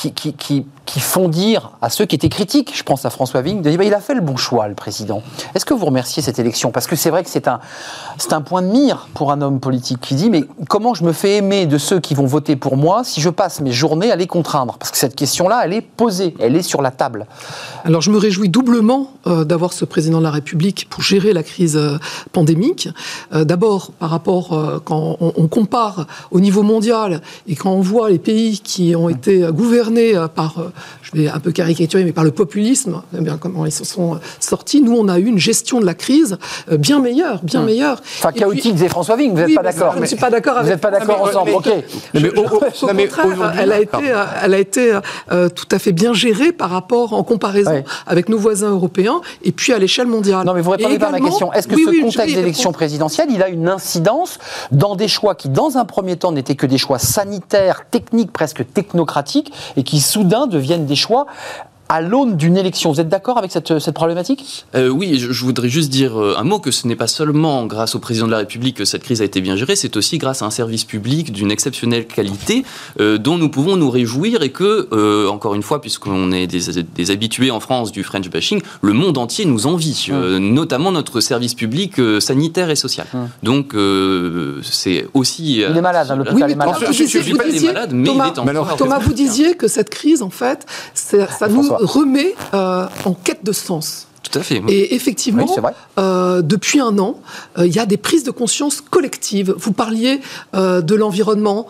qui font dire à ceux qui étaient critiques, je pense à François Vigne, de dire il a fait le bon choix, le président. Est-ce que vous remerciez cette élection? Parce que c'est vrai que c'est un point de mire pour un homme politique qui dit mais comment je me fais aimer de ceux qui vont voter pour moi si je passe mes journées à les contraindre? Parce que cette question-là, elle est posée, elle est sur la table. Alors je me réjouis doublement d'avoir ce président de la République pour gérer la crise pandémique. D'abord, par rapport, quand on compare au niveau mondial et quand on voit les pays qui ont été gouvernés par, je vais un peu caricaturer, mais par le populisme, eh bien, comment ils se sont sortis, nous on a eu une gestion de la crise bien meilleure. Enfin, chaotique, disait François Vigne, vous n'êtes pas d'accord. Je ne suis pas d'accord avec. Vous n'êtes pas d'accord ensemble, ok. Au contraire, elle a été tout à fait bien gérée par rapport, en comparaison avec nos voisins européens et puis à l'échelle mondiale. Non, mais vous répondez pas à ma question. Est-ce que ce contexte d'élection présidentielle, il a une incidence dans des choix qui, dans un premier temps, n'étaient que des choix sanitaires, techniques, presque technocratiques, et qui soudain deviennent des choix à l'aune d'une élection? Vous êtes d'accord avec cette problématique? Oui, je voudrais juste dire un mot, que ce n'est pas seulement grâce au président de la République que cette crise a été bien gérée, c'est aussi grâce à un service public d'une exceptionnelle qualité dont nous pouvons nous réjouir et que, encore une fois, puisqu'on est des habitués en France du French bashing, le monde entier nous envie, notamment notre service public sanitaire et social. Donc, c'est aussi... il est malade, l'hôpital est malade. Je ne suis pas malade, mais il est en forme. Thomas, vous disiez que cette crise, en fait, ça nous remet en quête de sens. Tout à fait. Oui. Et effectivement, depuis un an, il y a des prises de conscience collectives. Vous parliez de l'environnement,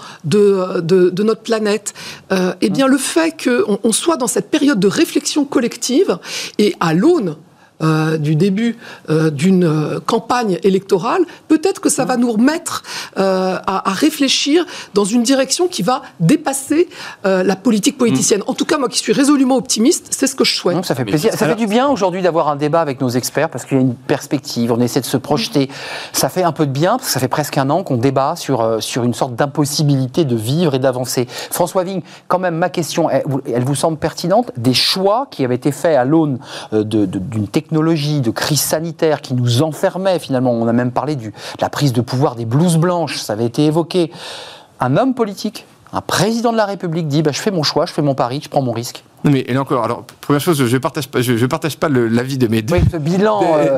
de notre planète. Eh bien, le fait qu'on soit dans cette période de réflexion collective et à l'aune du début d'une campagne électorale, peut-être que ça va nous remettre à réfléchir dans une direction qui va dépasser la politique politicienne. En tout cas, moi qui suis résolument optimiste, c'est ce que je souhaite. Donc, ça fait plaisir. Ça fait du bien aujourd'hui d'avoir un débat avec nos experts parce qu'il y a une perspective, on essaie de se projeter. Ça fait un peu de bien parce que ça fait presque un an qu'on débat sur une sorte d'impossibilité de vivre et d'avancer. François Vigne, quand même, ma question, elle vous semble pertinente? Des choix qui avaient été faits à l'aune d'une technologie, de crise sanitaire qui nous enfermait finalement. On a même parlé de la prise de pouvoir des blouses blanches, ça avait été évoqué. Un homme politique, un président de la République dit je fais mon choix, je fais mon pari, je prends mon risque. Mais et là encore, alors première chose, je partage pas l'avis de mes deux. Oui, ce bilan.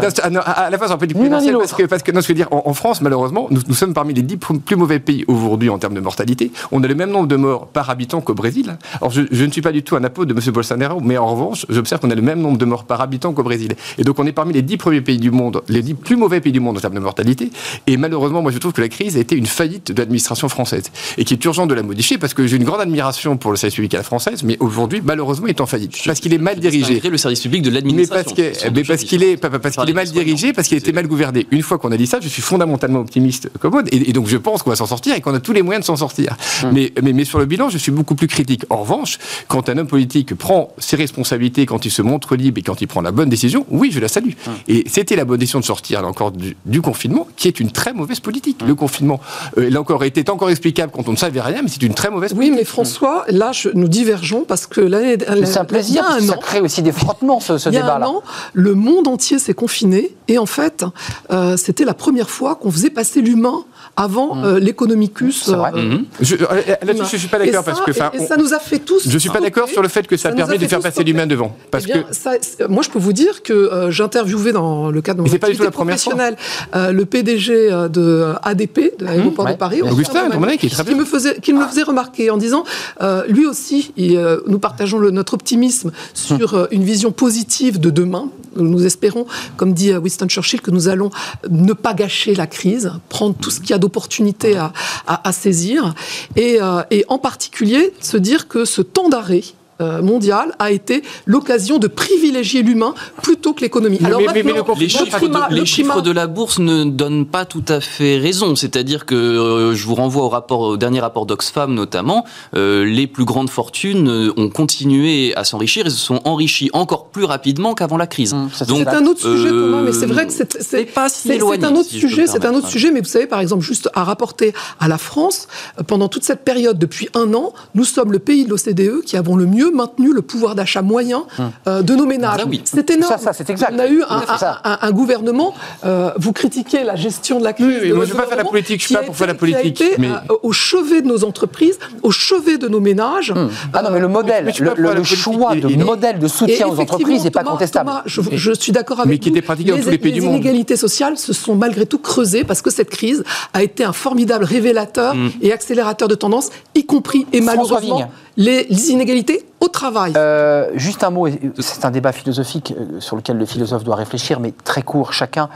À la fois, c'est un peu du prudentiel parce que non, ce que je veux dire, en France, malheureusement, nous sommes parmi les 10 plus mauvais pays aujourd'hui en termes de mortalité. On a le même nombre de morts par habitant qu'au Brésil. Alors, je ne suis pas du tout un apôtre de M. Bolsonaro, mais en revanche, j'observe qu'on a le même nombre de morts par habitant qu'au Brésil. Et donc, on est parmi les 10 premiers pays du monde, les 10 plus mauvais pays du monde en termes de mortalité. Et malheureusement, moi, je trouve que la crise a été une faillite de l'administration française et qu'il est urgent de la modifier parce que j'ai une grande admiration pour le service public à la française, mais aujourd'hui, malheureusement, il est en faillite. Parce qu'il est mal dirigé. Le service public de l'administration. Mais parce qu'il est mal dirigé, parce qu'il a été mal gouverné. Une fois qu'on a dit ça, je suis fondamentalement optimiste comme Aude, et donc je pense qu'on va s'en sortir et qu'on a tous les moyens de s'en sortir. Mais sur le bilan, je suis beaucoup plus critique. En revanche, quand un homme politique prend ses responsabilités, quand il se montre libre et quand il prend la bonne décision, oui, je la salue. Et c'était la bonne décision de sortir, là encore, du confinement, qui est une très mauvaise politique. Le confinement, là encore, était encore explicable quand on ne savait rien, mais c'est une très mauvaise politique. Oui, mais François, là, nous divergeons parce que l'année plaisir, ça crée aussi des frottements, ce débat-là. Il y a un an, le monde entier s'est confiné, et en fait, c'était la première fois qu'on faisait passer l'humain avant l'économicus. C'est vrai. Là-dessus, je ne suis pas d'accord. Ça nous a fait tous... Je ne suis pas d'accord sur le fait que ça permet de faire passer l'humain devant. Moi, je peux vous dire que j'interviewais dans le cadre de mon activité professionnelle le PDG de ADP, de l'aéroport de Paris, Augustin Domenech, qui est très bien. Qu'il me faisait remarquer en disant, lui aussi, nous partageons notre optimisme sur une vision positive de demain. Nous espérons, comme dit Winston Churchill, que nous allons ne pas gâcher la crise, prendre tout ce qu'il y a d'opportunités à saisir, et en particulier se dire que ce temps d'arrêt mondiale a été l'occasion de privilégier l'humain plutôt que l'économie. Alors les chiffres de la bourse ne donnent pas tout à fait raison. C'est-à-dire que je vous renvoie au dernier rapport d'Oxfam notamment, les plus grandes fortunes ont continué à s'enrichir et se sont enrichies encore plus rapidement qu'avant la crise. Donc c'est un autre sujet, Thomas, mais c'est vrai que c'est pas si éloigné. C'est un autre sujet, mais vous savez, par exemple, juste à rapporter à la France, pendant toute cette période, depuis 1 an, nous sommes le pays de l'OCDE qui avons le mieux maintenu le pouvoir d'achat moyen de nos ménages. Ça, oui. C'est énorme. Ça, c'est exact. On a eu un gouvernement, vous critiquez la gestion de la crise. Oui, moi je ne veux pas faire la politique, je ne suis pas pour faire la politique. Qui a été au chevet de nos entreprises, au chevet de nos ménages. Ah non, mais le modèle, le choix de modèle de soutien aux entreprises n'est pas contestable. Thomas, je suis d'accord avec vous. Mais qui était pratiqué dans tous les pays du monde. Les inégalités sociales se sont malgré tout creusées parce que cette crise a été un formidable révélateur et accélérateur de tendance, y compris et malheureusement les inégalités au travail. Juste un mot, c'est un débat philosophique sur lequel le philosophe doit réfléchir, mais très court chacun.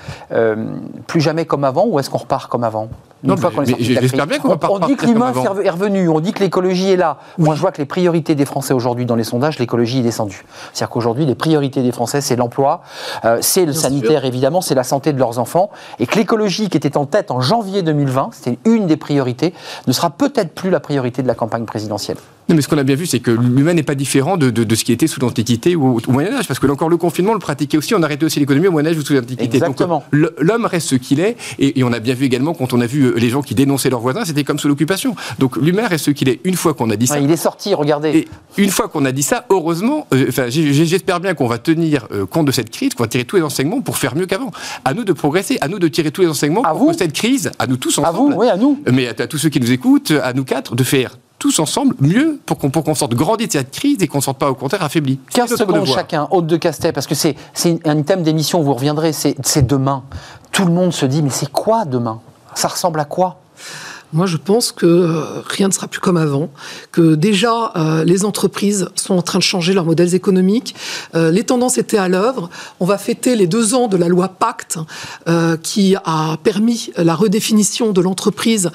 Plus jamais comme avant, ou est-ce qu'on repart comme avant ? Non, j'espère bien qu'on va pas On dit que l'humain est revenu, on dit que l'écologie est là. Oui. Moi, je vois que les priorités des Français aujourd'hui dans les sondages, l'écologie est descendue. C'est-à-dire qu'aujourd'hui, les priorités des Français, c'est l'emploi, c'est le sanitaire, évidemment, c'est la santé de leurs enfants, et que l'écologie qui était en tête en janvier 2020, c'était une des priorités, ne sera peut-être plus la priorité de la campagne présidentielle. Non, mais ce qu'on a bien vu, c'est que l'humain n'est pas différent de ce qui était sous l'Antiquité ou au Moyen-Âge, parce que là encore, le confinement, on le pratiquait aussi, on arrêtait aussi l'économie au Moyen-Âge ou sous l'Antiquité. Exactement. Donc, l'homme reste ce qu'il est, et on a bien vu également, quand on a vu les gens qui dénonçaient leurs voisins, c'était comme sous l'occupation. Donc l'humain reste ce qu'il est. Une fois qu'on a dit ça... Ouais, il est sorti, regardez. Et une fois qu'on a dit ça, heureusement, j'espère bien qu'on va tenir compte de cette crise, qu'on va tirer tous les enseignements pour faire mieux qu'avant. À nous de progresser, à nous de tirer tous les enseignements pour que cette crise, à nous tous ensemble... À vous, oui, à nous. Mais à tous ceux qui nous écoutent, à nous 4, de faire tous ensemble mieux pour qu'on sorte grandi de cette crise et qu'on ne sorte pas au contraire affaibli. 15 secondes chacun, Aude de Castet, parce que c'est un thème d'émission, vous reviendrez, c'est demain. Tout le monde se dit, mais c'est quoi demain ? Ça ressemble à quoi ? Moi, je pense que rien ne sera plus comme avant, que déjà les entreprises sont en train de changer leurs modèles économiques. Les tendances étaient à l'œuvre. On va fêter les 2 ans de la loi Pacte qui a permis la redéfinition de l'entreprise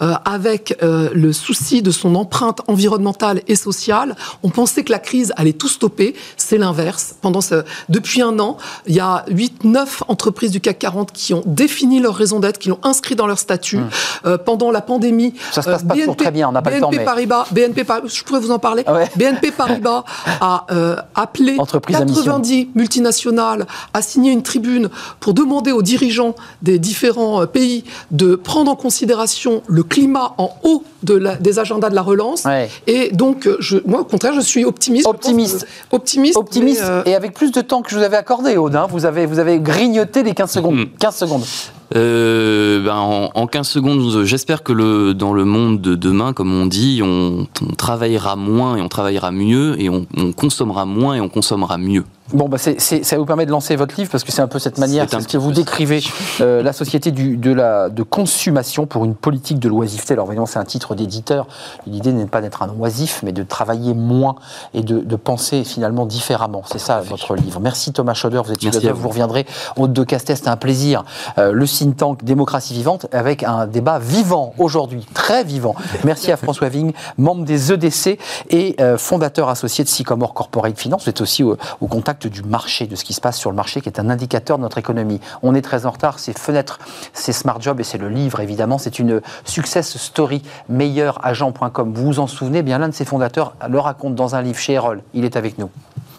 avec le souci de son empreinte environnementale et sociale. On pensait que la crise allait tout stopper. C'est l'inverse. Depuis 1 an, il y a 8-9 entreprises du CAC 40 qui ont défini leur raison d'être, qui l'ont inscrit dans leur statut. Pendant la pandémie, ça se passe pas toujours très bien, on n'a pas le temps. BNP Paribas, je pourrais vous en parler. Ouais. BNP Paribas a appelé 90 multinationales à signer une tribune pour demander aux dirigeants des différents pays de prendre en considération le climat en haut des agendas de la relance. Ouais. Et donc, moi, au contraire, je suis optimiste. Optimiste. Et avec plus de temps que je vous avais accordé, Aude, hein, vous avez grignoté les 15 secondes. 15 secondes. En 15 secondes, j'espère que dans le monde de demain, comme on dit, on travaillera moins et on travaillera mieux, et on consommera moins et on consommera mieux. Bon, ça vous permet de lancer votre livre, parce que c'est un peu cette manière, c'est ce que vous décrivez, la société de consommation pour une politique de l'oisiveté. Alors évidemment, c'est un titre d'éditeur. L'idée n'est pas d'être un oisif, mais de travailler moins et de penser finalement différemment. C'est ça votre livre. Merci Thomas Schauder, vous êtes philosophe, vous reviendrez. Aude de Castet, c'était un plaisir. Le think tank Démocratie Vivante, avec un débat vivant aujourd'hui, très vivant. Merci à François Vigne, membre des EDC et fondateur associé de Sycomore Corporate Finance. Vous êtes aussi au contact du marché, de ce qui se passe sur le marché, qui est un indicateur de notre économie. On est très en retard, c'est Fenêtre, c'est Smart Job et c'est le livre, évidemment. C'est une success story, meilleuragent.com. Vous vous en souvenez, bien l'un de ses fondateurs le raconte dans un livre chez Erol. Il est avec nous.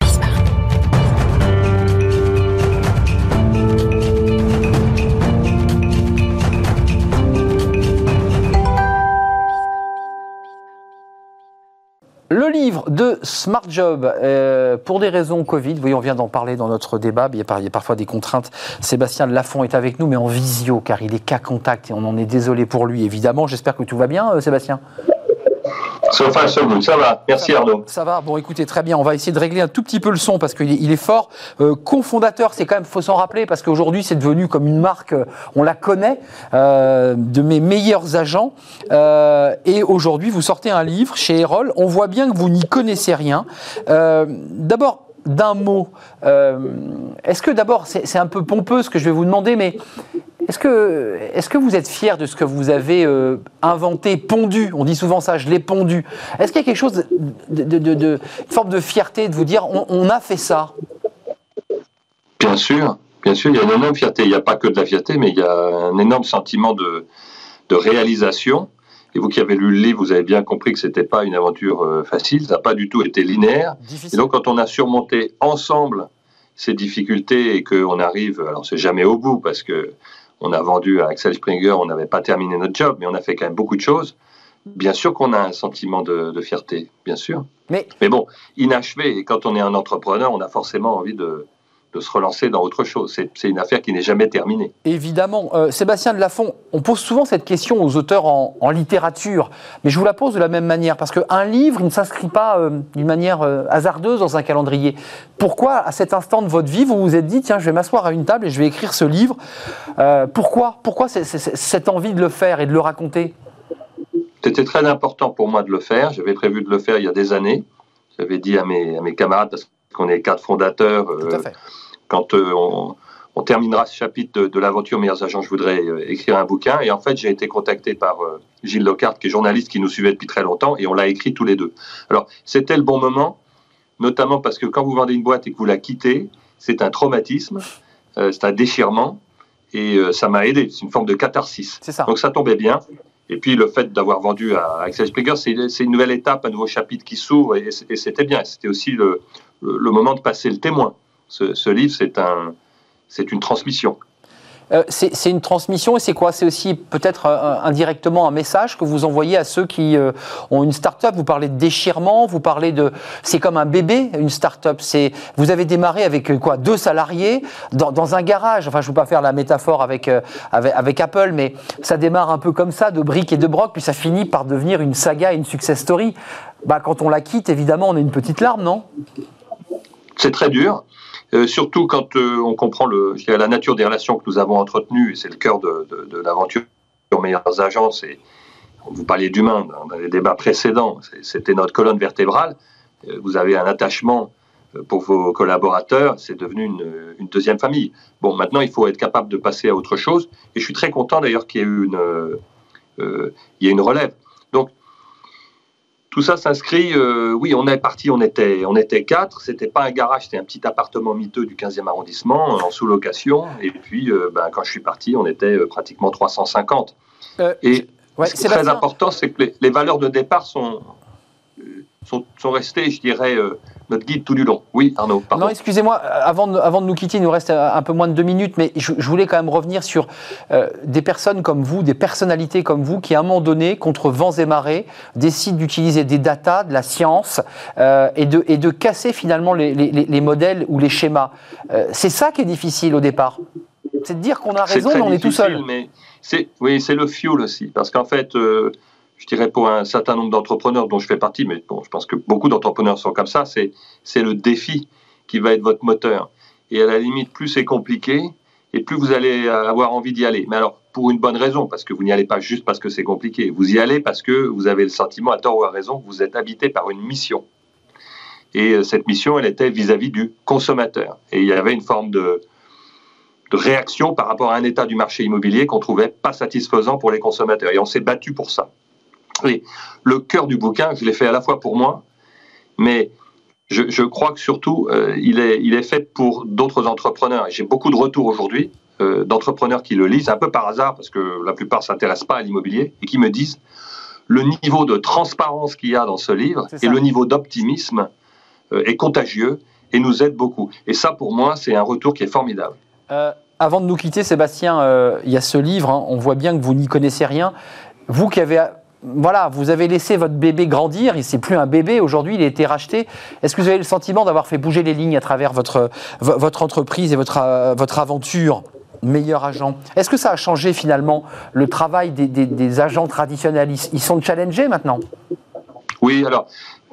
Le livre de Smart Job, pour des raisons Covid, vous voyez, on vient d'en parler dans notre débat, il y a parfois des contraintes. Sébastien Lafont est avec nous, mais en visio, car il est cas contact, et on en est désolé pour lui, évidemment. J'espère que tout va bien, Sébastien. Ça va, merci Arnaud. Ça va, bon écoutez, très bien, on va essayer de régler un tout petit peu le son parce qu'il est fort. Cofondateur, c'est quand même, faut s'en rappeler, parce qu'aujourd'hui c'est devenu comme une marque, on la connaît, de mes meilleurs agents. Et aujourd'hui vous sortez un livre chez Erol, on voit bien que vous n'y connaissez rien. D'abord, d'un mot, est-ce que d'abord, c'est un peu pompeux ce que je vais vous demander, mais Est-ce que vous êtes fier de ce que vous avez inventé, pondu? On dit souvent ça, je l'ai pondu. Est-ce qu'il y a quelque chose une forme de fierté de vous dire on a fait ça? Bien sûr, il y a une énorme fierté. Il n'y a pas que de la fierté, mais il y a un énorme sentiment de réalisation. Et vous qui avez lu le livre, vous avez bien compris que ce n'était pas une aventure facile, ça n'a pas du tout été linéaire. Difficile. Et donc quand on a surmonté ensemble ces difficultés et qu'on arrive, alors c'est jamais au bout parce que on a vendu à Axel Springer, on n'avait pas terminé notre job, mais on a fait quand même beaucoup de choses. Bien sûr qu'on a un sentiment de fierté, bien sûr. Mais bon, inachevé, et quand on est un entrepreneur, on a forcément envie de se relancer dans autre chose. C'est une affaire qui n'est jamais terminée. Évidemment. Sébastien Delafont, on pose souvent cette question aux auteurs en littérature, mais je vous la pose de la même manière, parce qu'un livre, il ne s'inscrit pas d'une manière hasardeuse dans un calendrier. Pourquoi, à cet instant de votre vie, vous vous êtes dit, tiens, je vais m'asseoir à une table et je vais écrire ce livre? Pourquoi cette envie de le faire et de le raconter? C'était très important pour moi de le faire. J'avais prévu de le faire il y a des années. J'avais dit à mes camarades, parce qu'on est 4 fondateurs, quand on terminera ce chapitre de l'aventure Meilleurs Agents, je voudrais écrire un bouquin. Et en fait, j'ai été contacté par Gilles Lockhart, qui est journaliste, qui nous suivait depuis très longtemps, et on l'a écrit tous les deux. Alors, c'était le bon moment, notamment parce que quand vous vendez une boîte et que vous la quittez, c'est un traumatisme, c'est un déchirement, et ça m'a aidé. C'est une forme de catharsis. C'est ça. Donc, ça tombait bien. Et puis, le fait d'avoir vendu à Axel Springer, c'est une nouvelle étape, un nouveau chapitre qui s'ouvre, et c'était bien. C'était aussi le moment de passer le témoin. Ce livre, c'est une transmission. C'est une transmission, et c'est quoi? C'est aussi peut-être indirectement un message que vous envoyez à ceux qui ont une start-up. Vous parlez de déchirement, vous parlez de... C'est comme un bébé, une start-up. Vous avez démarré avec quoi? 2 salariés dans un garage. Enfin, je ne veux pas faire la métaphore avec Apple, mais ça démarre un peu comme ça, de briques et de broc, puis ça finit par devenir une saga, une success story. Quand on la quitte, évidemment, on a une petite larme, non? C'est très dur. Surtout quand on comprend la nature des relations que nous avons entretenues, et c'est le cœur de l'aventure Meilleurs Agents. Vous parliez d'humain dans les débats précédents, c'était notre colonne vertébrale. Vous avez un attachement pour vos collaborateurs, c'est devenu une deuxième famille. Bon, maintenant, il faut être capable de passer à autre chose, et je suis très content d'ailleurs qu'il y ait eu une relève. Donc, tout ça s'inscrit, oui, on est parti, on était 4, c'était pas un garage, c'était un petit appartement miteux du 15e arrondissement, en sous-location, et puis quand je suis parti, on était pratiquement 350. Et ce qui est très important, c'est que les valeurs de départ sont restées, je dirais, notre guide tout du long. Oui, Arnaud, pardon. Non, excusez-moi, avant de nous quitter, il nous reste un peu moins de 2 minutes, mais je voulais quand même revenir sur des personnes comme vous, des personnalités comme vous, qui à un moment donné, contre vents et marées, décident d'utiliser des datas, de la science, et de casser finalement les modèles ou les schémas. C'est ça qui est difficile au départ. C'est de dire qu'on a raison, mais on est tout seul. Mais c'est le fuel aussi, parce qu'en fait... je dirais pour un certain nombre d'entrepreneurs dont je fais partie, mais bon, je pense que beaucoup d'entrepreneurs sont comme ça, c'est le défi qui va être votre moteur. Et à la limite, plus c'est compliqué, et plus vous allez avoir envie d'y aller. Mais alors, pour une bonne raison, parce que vous n'y allez pas juste parce que c'est compliqué. Vous y allez parce que vous avez le sentiment, à tort ou à raison, que vous êtes habité par une mission. Et cette mission, elle était vis-à-vis du consommateur. Et il y avait une forme de réaction par rapport à un état du marché immobilier qu'on trouvait pas satisfaisant pour les consommateurs. Et on s'est battu pour ça. Et le cœur du bouquin, je l'ai fait à la fois pour moi, mais je crois que surtout, il est fait pour d'autres entrepreneurs. Et j'ai beaucoup de retours aujourd'hui d'entrepreneurs qui le lisent, un peu par hasard, parce que la plupart ne s'intéressent pas à l'immobilier, et qui me disent le niveau de transparence qu'il y a dans ce livre et le niveau d'optimisme est contagieux et nous aide beaucoup. Et ça, pour moi, c'est un retour qui est formidable. Avant de nous quitter, Sébastien, il y a ce livre, on voit bien que vous n'y connaissez rien. Vous qui avez... Voilà, vous avez laissé votre bébé grandir, c'est plus un bébé aujourd'hui, il a été racheté. Est-ce que vous avez le sentiment d'avoir fait bouger les lignes à travers votre entreprise et votre aventure Meilleurs Agents? Est-ce que ça a changé finalement le travail des agents traditionnels? Ils sont challengés maintenant? Oui, alors,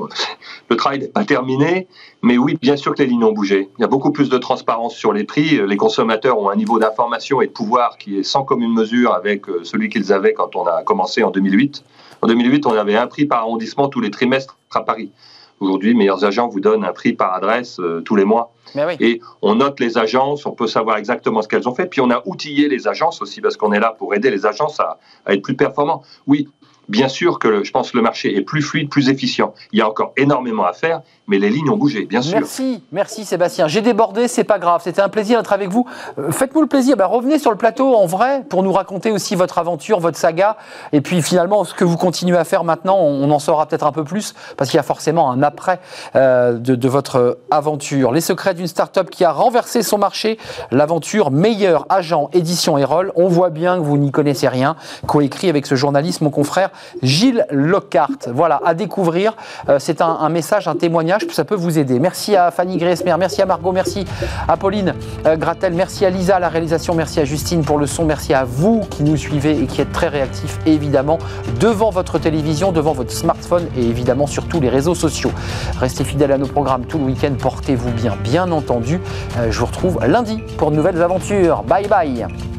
le travail n'est pas terminé, mais oui, bien sûr que les lignes ont bougé. Il y a beaucoup plus de transparence sur les prix. Les consommateurs ont un niveau d'information et de pouvoir qui est sans commune mesure avec celui qu'ils avaient quand on a commencé en 2008. En 2008, on avait un prix par arrondissement tous les trimestres à Paris. Aujourd'hui, Meilleurs Agents vous donne un prix par adresse tous les mois. Mais oui. Et on note les agences, on peut savoir exactement ce qu'elles ont fait. Puis on a outillé les agences aussi, parce qu'on est là pour aider les agences à être plus performants. Oui, bien sûr que je pense que le marché est plus fluide, plus efficient. Il y a encore énormément à faire, mais les lignes ont bougé, bien sûr. Merci Sébastien. J'ai débordé, c'est pas grave. C'était un plaisir d'être avec vous. Faites-nous le plaisir, revenez sur le plateau en vrai pour nous raconter aussi votre aventure, votre saga. Et puis finalement, ce que vous continuez à faire maintenant, on en saura peut-être un peu plus parce qu'il y a forcément un après de votre aventure. Les secrets d'une start-up qui a renversé son marché. L'aventure Meilleur Agent, Édition Erol. On voit bien que vous n'y connaissez rien. Coécrit avec ce journaliste, mon confrère Gilles Lockhart. Voilà, à découvrir. C'est un message, un témoignage. Ça peut vous aider. Merci à Fanny Griesmer, merci à Margot, merci à Pauline Gratel, merci à Lisa à la réalisation, merci à Justine pour le son, merci à vous qui nous suivez et qui êtes très réactifs, évidemment, devant votre télévision, devant votre smartphone et évidemment sur tous les réseaux sociaux. Restez fidèles à nos programmes tout le week-end, portez-vous bien, bien entendu. Je vous retrouve lundi pour de nouvelles aventures. Bye bye.